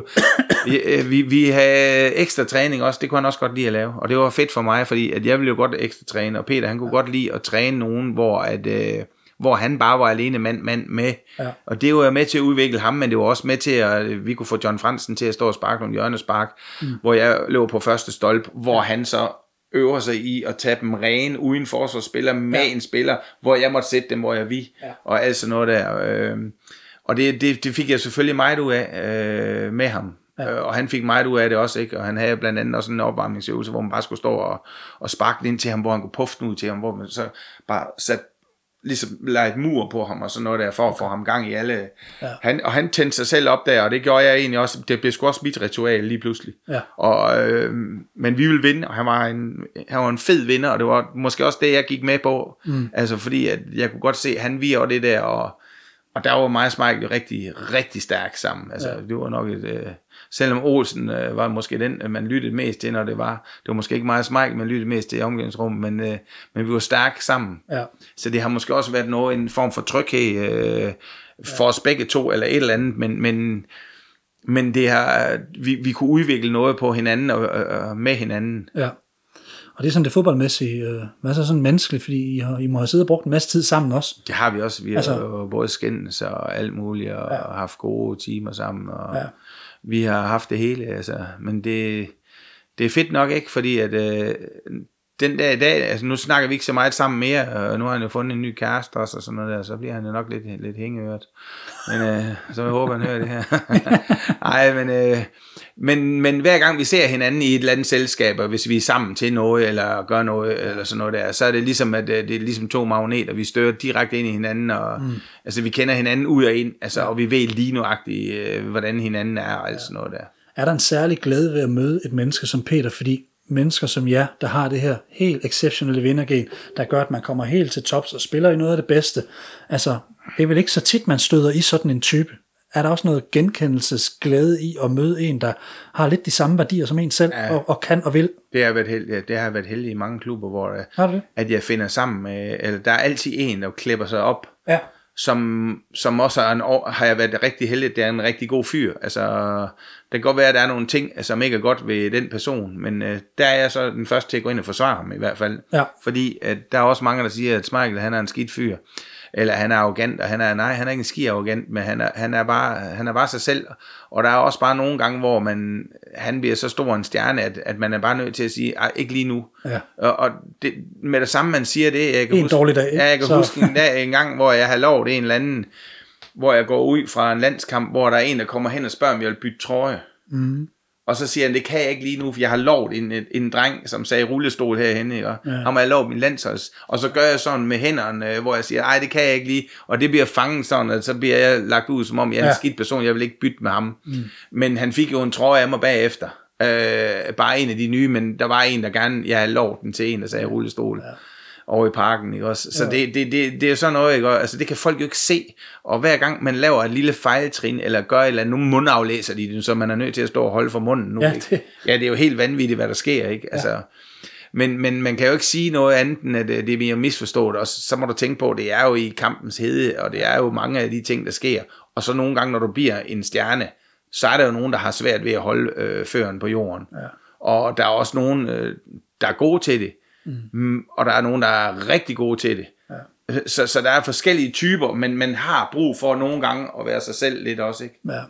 B: vi, vi havde ekstra træning også, det kunne han også godt lide at lave. Og det var fedt for mig, fordi at jeg ville jo godt ekstra træne, og Peter, han kunne ja. godt lide at træne nogen, hvor at øh, hvor han bare var alene mand, mand med. Ja. Og det var med til at udvikle ham, men det var også med til, at vi kunne få John Fransen til at stå og sparke nogle hjørnespark, mm. hvor jeg lå på første stolpe, hvor han så øver sig i at tage dem ren uden forsvarsspiller med ja. en spiller, hvor jeg måtte sætte dem, hvor jeg vi, ja. og alt sådan noget der. Og det, det, det fik jeg selvfølgelig meget ud af øh, med ham. Ja. Og han fik meget ud af det også, ikke? Og han havde blandt andet også en opvarmningsøvelse, hvor man bare skulle stå og, og sparke ind til ham, hvor han kunne puffe ud til ham, hvor man så bare satte ligesom lagde et mur på ham og sådan noget der, for at få ham gang i alle. Ja. Han, og han tændte sig selv op der, og det gjorde jeg egentlig også. Det blev sgu også mit ritual lige pludselig. Ja. Og, øh, men vi ville vinde, og han var, en, han var en fed vinder, og det var måske også det, jeg gik med på. Mm. Altså fordi, at jeg kunne godt se, at han vi og det der, og, og der var mig og Schmeichel rigtig, rigtig stærk sammen. Altså ja. det var nok et... Øh, selvom Olsen øh, var måske den, man lyttede mest til, når det var, det var måske ikke meget Schmeichel, man lyttede mest til i omgangsrummet, men, øh, men vi var stærke sammen. Ja. Så det har måske også været noget, en form for tryghed øh, for ja. os begge to, eller et eller andet, men, men, men det har, vi, vi kunne udvikle noget på hinanden og, og med hinanden. Ja.
C: Og det er sådan det fodboldmæssige, øh, hvad er så sådan menneskeligt, fordi I, har, I må have siddet og brugt en masse tid sammen også.
B: Det har vi også, vi har altså, jo både skændes og alt muligt, og ja. haft gode timer sammen, og ja. vi har haft det hele, altså, men det, det er fedt nok ikke, fordi at, øh, den der i dag, altså nu snakker vi ikke så meget sammen mere, og nu har han jo fundet en ny kæreste også, og sådan noget der, så bliver han jo nok lidt, lidt hængeøret. Men øh, så jeg håber, han hører det her. Ej, men, øh, men, men hver gang vi ser hinanden i et eller andet selskab, og hvis vi er sammen til noget, eller gør noget, eller sådan noget der, så er det ligesom, at det er ligesom to magneter, vi støder direkte ind i hinanden, og mm. altså vi kender hinanden ud og ind, altså, og vi ved lige nuagtigt, øh, hvordan hinanden er, og alt sådan noget der.
C: Er der en særlig glæde ved at møde et menneske som Peter, fordi mennesker som jer, der har det her helt exceptionelle vindergen, der gør, at man kommer helt til tops og spiller i noget af det bedste. Altså, det er vel ikke så tit, man støder i sådan en type. Er der også noget genkendelsesglæde i at møde en, der har lidt de samme værdier som en selv, ja. og, og kan og vil?
B: Det har været heldig, det har været heldig i mange klubber, hvor
C: har du det?
B: At jeg finder sammen med, eller der er altid en, der klipper sig op,
C: ja.
B: som, som også er en, har jeg været rigtig heldig, det er en rigtig god fyr. Altså, det kan godt være, at der er nogle ting, som ikke er godt ved den person, men øh, der er jeg så den første til at gå ind og forsvare ham i hvert fald.
C: Ja.
B: Fordi at der er også mange, der siger, at Schmeichel, han er en skidt fyr. Eller han er arrogant, og han er, nej, han er ikke en ski arrogant, men han er, han er bare, han er bare sig selv. Og der er også bare nogle gange, hvor man, han bliver så stor en stjerne, at, at man er bare nødt til at sige, ikke lige nu.
C: Ja.
B: Og, og det, med det samme, man siger det, jeg kan
C: en
B: huske,
C: dårlig dag.
B: Ja, jeg kan
C: så.
B: huske en, dag, en gang, hvor jeg har lovet en eller anden, hvor jeg går ud fra en landskamp, hvor der er en, der kommer hen og spørger, om jeg vil bytte trøje.
C: Mm.
B: Og så siger han, det kan jeg ikke lige nu, for jeg har lovet en, en, en dreng, som sagde rullestol herhenne, ikke?
C: Ja.
B: Ham har jeg lovet min landsholds. Og så gør jeg sådan med hænderne, hvor jeg siger, ej, det kan jeg ikke lige. Og det bliver fanget sådan, at så bliver jeg lagt ud, som om jeg er en ja. skidt person, jeg vil ikke bytte med ham. Mm. Men han fik jo en trøje af mig bagefter. Øh, bare en af de nye, men der var en, der gerne, jeg havde lovet den til en, der sagde rullestol. Ja. Over i parken, ikke også? Så ja. det, det, det, det er sådan noget, ikke også? Altså det kan folk jo ikke se, og hver gang man laver et lille fejltrin, eller gør et eller andet, nu mundaflæser de det, så man er nødt til at stå og holde for munden nu,
C: ja,
B: ikke?
C: Det.
B: Ja, det er jo helt vanvittigt, hvad der sker, ikke? Altså, ja. men, men man kan jo ikke sige noget andet, end at det bliver misforstået, og så må du tænke på, det er jo i kampens hede, og det er jo mange af de ting, der sker, og så nogle gange, når du bliver en stjerne, så er der jo nogen, der har svært ved at holde øh, føren på jorden, ja. Og der er også nogen, øh, der er gode til det, Mm. og der er nogen, der er rigtig gode til det. Ja. Så, så der er forskellige typer, men man har brug for nogle gange at være sig selv lidt også, ikke?
C: Ja.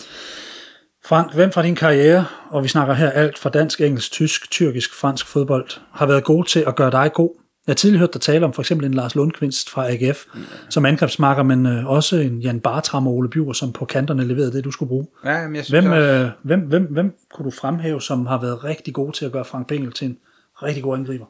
C: Frank, hvem fra din karriere, og vi snakker her alt fra dansk, engelsk, tysk, tyrkisk, fransk fodbold, har været god til at gøre dig god? Jeg har tidligere hørt dig tale om for eksempel en Lars Lundqvist fra A G F, ja. Som angrebsmarker, men øh, også en Jan Bartram og Ole Bjur, som på kanterne leverede det, du skulle bruge.
B: Ja, men jeg synes
C: hvem, øh, hvem, hvem, hvem kunne du fremhæve, som har været rigtig god til at gøre Frank Pingel til en rigtig god angriber?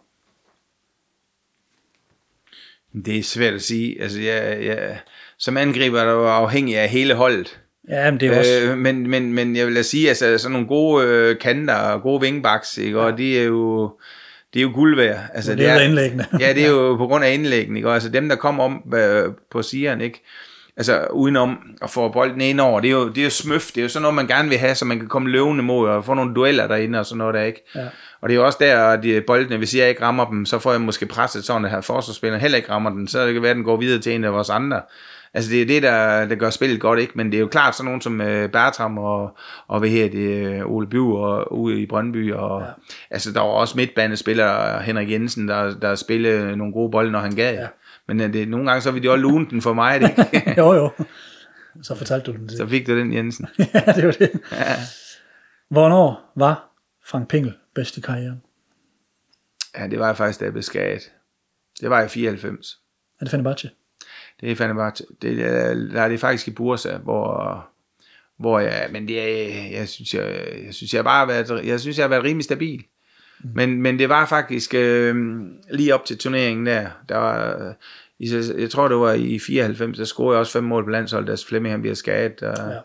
B: Det er svært at sige. Altså, jeg, jeg, som angriber er du afhængig af hele holdet.
C: Ja, men det er også...
B: Øh, men, men, men jeg vil da sige, altså sådan nogle gode øh, kanter og gode wingbacks, ikke? Og ja. de er jo... Det er jo guld værd. Altså,
C: det er, det er indlæggende.
B: Ja, det er jo på grund af indlæggende, ikke? Og altså dem, der kommer om øh, på sigeren, ikke? Altså udenom at få bolden ind over, det er jo, det er jo smøf, det er jo sådan noget, man gerne vil have, så man kan komme løvende mod og få nogle dueller derinde og sådan noget der, ikke? Ja. Og det er jo også der, at de boldene, hvis jeg ikke rammer dem, så får jeg måske presset sådan, at her forsvarsspilleren heller ikke rammer den, så det kan være, at den går videre til en af vores andre. Altså det er det, der, der gør spillet godt, ikke? Men det er jo klart sådan nogen som uh, Bertram og, og hvad her det, uh, Ole Bjur og ude i Brøndby, og ja. Altså der var også midtbanespillere, Henrik Jensen, der, der spillede nogle gode bolde, når han gav. Ja. Men uh, det, nogle gange så vil de også lune den for mig, det ikke?
C: jo jo, så fortalte du den til.
B: Så fik du den, Jensen.
C: Ja, det var det. Ja. Hvornår var Frank Pingel bedst i karrieren?
B: Ja, det var jeg faktisk, da jeg blev skadet. Det var i fireoghalvfems.
C: Er det Fenerbahce?
B: Det er Fenerbahce. Det er, der er det faktisk i Bursa, hvor, hvor jeg, men det er, jeg synes, jeg, jeg synes, jeg bare har været, jeg synes, jeg har været rimelig stabil. Mm. Men, men det var faktisk øh, lige op til turneringen der, der var, jeg, jeg tror det var i fireoghalvfems, der scorede jeg også fem mål på landsholdet, da Flemming han bliver skadet. Og, ja.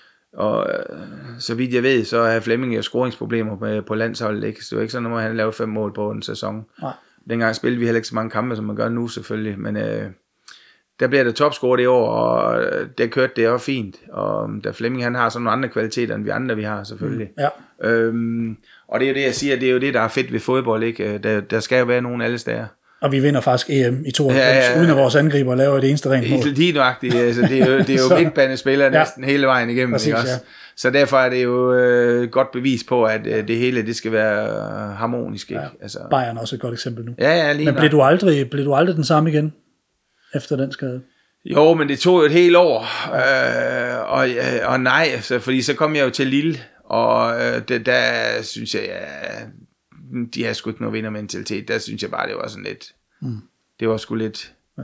B: Og så vidt jeg ved, så har Flemming jo scoringsproblemer på, på landsholdet, ikke? Så det var ikke sådan, at han lavede fem mål på en sæson. Nej. Dengang spillede vi heller ikke så mange kampe, som man gør nu selvfølgelig, men øh, der bliver der topscorer det år, og der kørte det også fint, og da Flemming han har sådan nogle andre kvaliteter, end vi andre vi har selvfølgelig. Mm, ja. øhm, og det er jo det, jeg siger, det er jo det, der er fedt ved fodbold, ikke? Der, der skal jo være nogen alle steder. Og
C: vi vinder faktisk E M i tooghalvfems, ja, ja, uden at vores angriber laver det eneste rent mål.
B: Lige nøjagtigt, altså det er jo, det er jo midtbanespillere næsten ja. hele vejen igennem, præcis, ikke også? Ja. Så derfor er det jo øh, godt bevis på, at øh, det hele det skal være harmonisk, ikke? Ja. Altså,
C: Bayern er også et godt eksempel nu.
B: Ja, ja, lige
C: men blev du, aldrig, blev du aldrig den samme igen, efter den skade?
B: Jo, men det tog jo et helt år, øh, og, og nej, altså, fordi så kom jeg jo til Lille, og øh, det, der synes jeg, ja, de har sgu ikke noget vindermentalitet. Der synes jeg bare, det var sådan lidt, mm. det var sgu lidt, ja.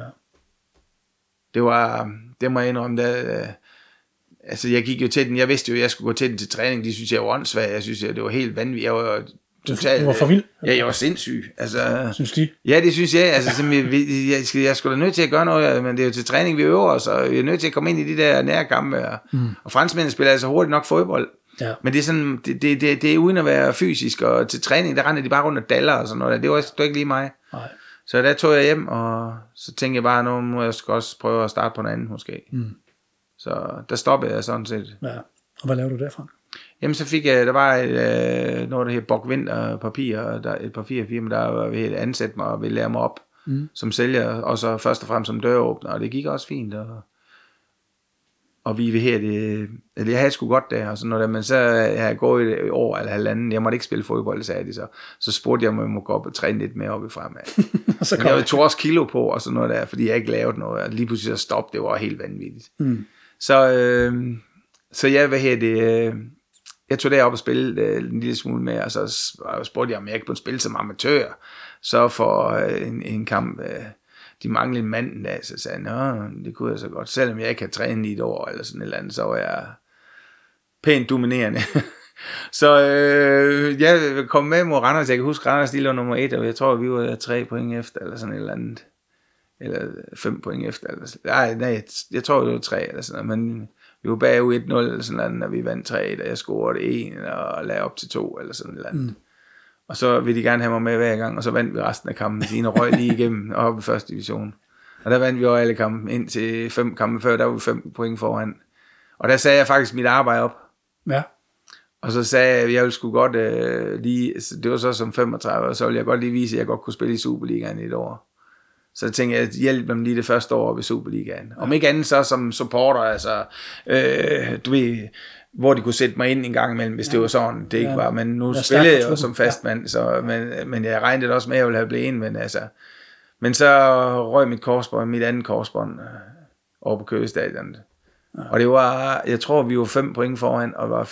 B: det var, det må jeg indrømme, der, øh, altså jeg gik jo til den, jeg vidste jo, at jeg skulle gå til den til træning, de synes jeg var åndssvagt, jeg synes, jeg, det var helt vanvittigt, jeg var totalt,
C: du var for vild?
B: Ja, jeg var sindssyg, altså.
C: Synes de?
B: Ja, det synes jeg, altså, jeg, jeg, jeg, jeg skulle da nødt til at gøre noget, men det er jo til træning, vi øver os, og jeg er nødt til at komme ind i de der nære kampe, og, mm. og franskmændene spiller altså hurtigt nok fodbold. Ja. Men det er sådan, det, det, det, det er uden at være fysisk, og til træning, der render de bare rundt og daller og sådan noget, det var, det var ikke lige mig. Nej. Så der tog jeg hjem, og så tænkte jeg bare, nu må jeg også prøve at starte på noget andet måske. Mm. Så der stoppede jeg sådan set. Ja.
C: Og hvad lavede du derfra?
B: Jamen så fik jeg, der var et, øh, noget der hed Bok Vinter papir, der et papirfirma, der var ved at ansætte mig og ville lære mig op mm. som sælger, og så først og fremmest som døråbner, og det gik også fint, og Og vi vil her det, eller jeg havde sgu godt der, og sådan noget der, men så jeg havde gået et år eller halvanden, jeg måtte ikke spille fodbold, sagde de så. Så spurgte jeg, om jeg må gå op og træne lidt mere oppe fremad. så jeg tog også kilo på, og sådan noget der, fordi jeg ikke lavede noget, og lige pludselig så stoppede, det var helt vanvittigt. Mm. Så, øh, så jeg, hvad her det, øh, jeg tog derop og spille øh, en lille smule med, og så spurgte jeg, om jeg ikke kunne spille som amatør, så for øh, en, en kamp, øh, de manglede en mand, der, så sagde jeg, nå, det kunne jeg så godt. Selvom jeg ikke havde trænet i et år, eller sådan et eller andet, så var jeg pænt dominerende. så øh, jeg kom med mod Randers. Jeg kan huske, Randers de lå nummer et, og jeg tror, vi var tre point efter, eller sådan et eller andet. Eller fem point efter. Eller sådan. Nej, nej, jeg, jeg tror, det var tre, eller sådan noget. Men vi var bagud et nul, eller sådan noget, og vi vandt tre, og jeg scorede en, og lagde op til to, eller sådan et eller andet. Mm. Og så ville de gerne have mig med hver gang, og så vandt vi resten af kampen. Sine røg lige igennem og op i første division. Og der vandt vi jo alle kampen. Indtil fem kampe før, der var vi fem point foran. Og der sagde jeg faktisk mit arbejde op. Ja. Og så sagde jeg, at jeg ville sgu godt øh, lige, det var så som femogtredive, og så ville jeg godt lige vise, at jeg godt kunne spille i Superligaen i et år. Så jeg tænkte, at jeg hjælpe dem lige det første år ved Superligaen. Om ikke andet så som supporter, altså, øh, du ved, hvor de kunne sætte mig ind en gang imellem, hvis ja. det var sådan, det ikke ja. var. Men nu jeg spillede jeg jo som fastmand, så, men, men jeg regnede også med, at jeg ville have blevet en, men altså, men så røg mit korsbånd, mit andet korsbånd, øh, over på Køgestadion. Ja. Og det var, jeg tror, vi var fem point foran, og var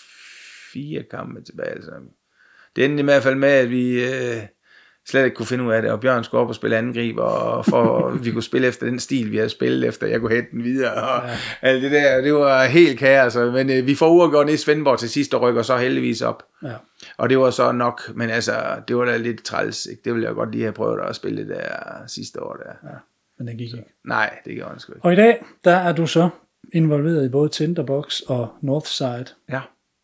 B: fire kampe tilbage. Altså. Det endte i hvert fald med, at vi øh, slet ikke kunne finde ud af det, og Bjørn skulle op og spille angreb, og for vi kunne spille efter den stil, vi havde spillet efter, jeg kunne hætte den videre, og ja. alt det der, det var helt kaos, men øh, vi får uafgjort ned i Svendborg til sidst, og rykker så heldigvis op, ja. og det var så nok, men altså, det var da lidt træls, ikke? Det ville jeg godt lige have prøvet at spille det der sidste år der. Ja,
C: men det gik ikke.
B: Nej, det gjorde det sgu ikke.
C: Og i dag, der er du så involveret i både Tinderbox og Northside.
B: Ja.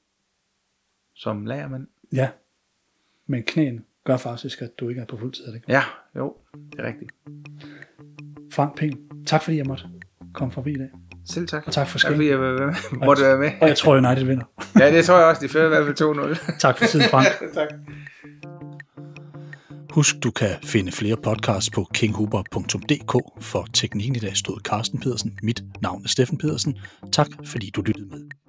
B: Som lærermand.
C: Ja, men knæene gør faktisk, at du ikke er på fuldtid, er det ikke?
B: Ja, jo, det er rigtigt.
C: Frank Ping, tak fordi jeg måtte komme forbi i dag.
B: Selv tak.
C: Og tak for skænken.
B: Tak fordi jeg måtte være med.
C: Og jeg tror, United vinder.
B: Ja, det tror jeg også. De fører i hvert fald to nul.
C: Tak for tiden, Frank.
B: Tak.
A: Husk, du kan finde flere podcasts på kinghuber punktum d k. For teknikken i dag stod Carsten Pedersen. Mit navn er Steffen Pedersen. Tak fordi du lyttede med.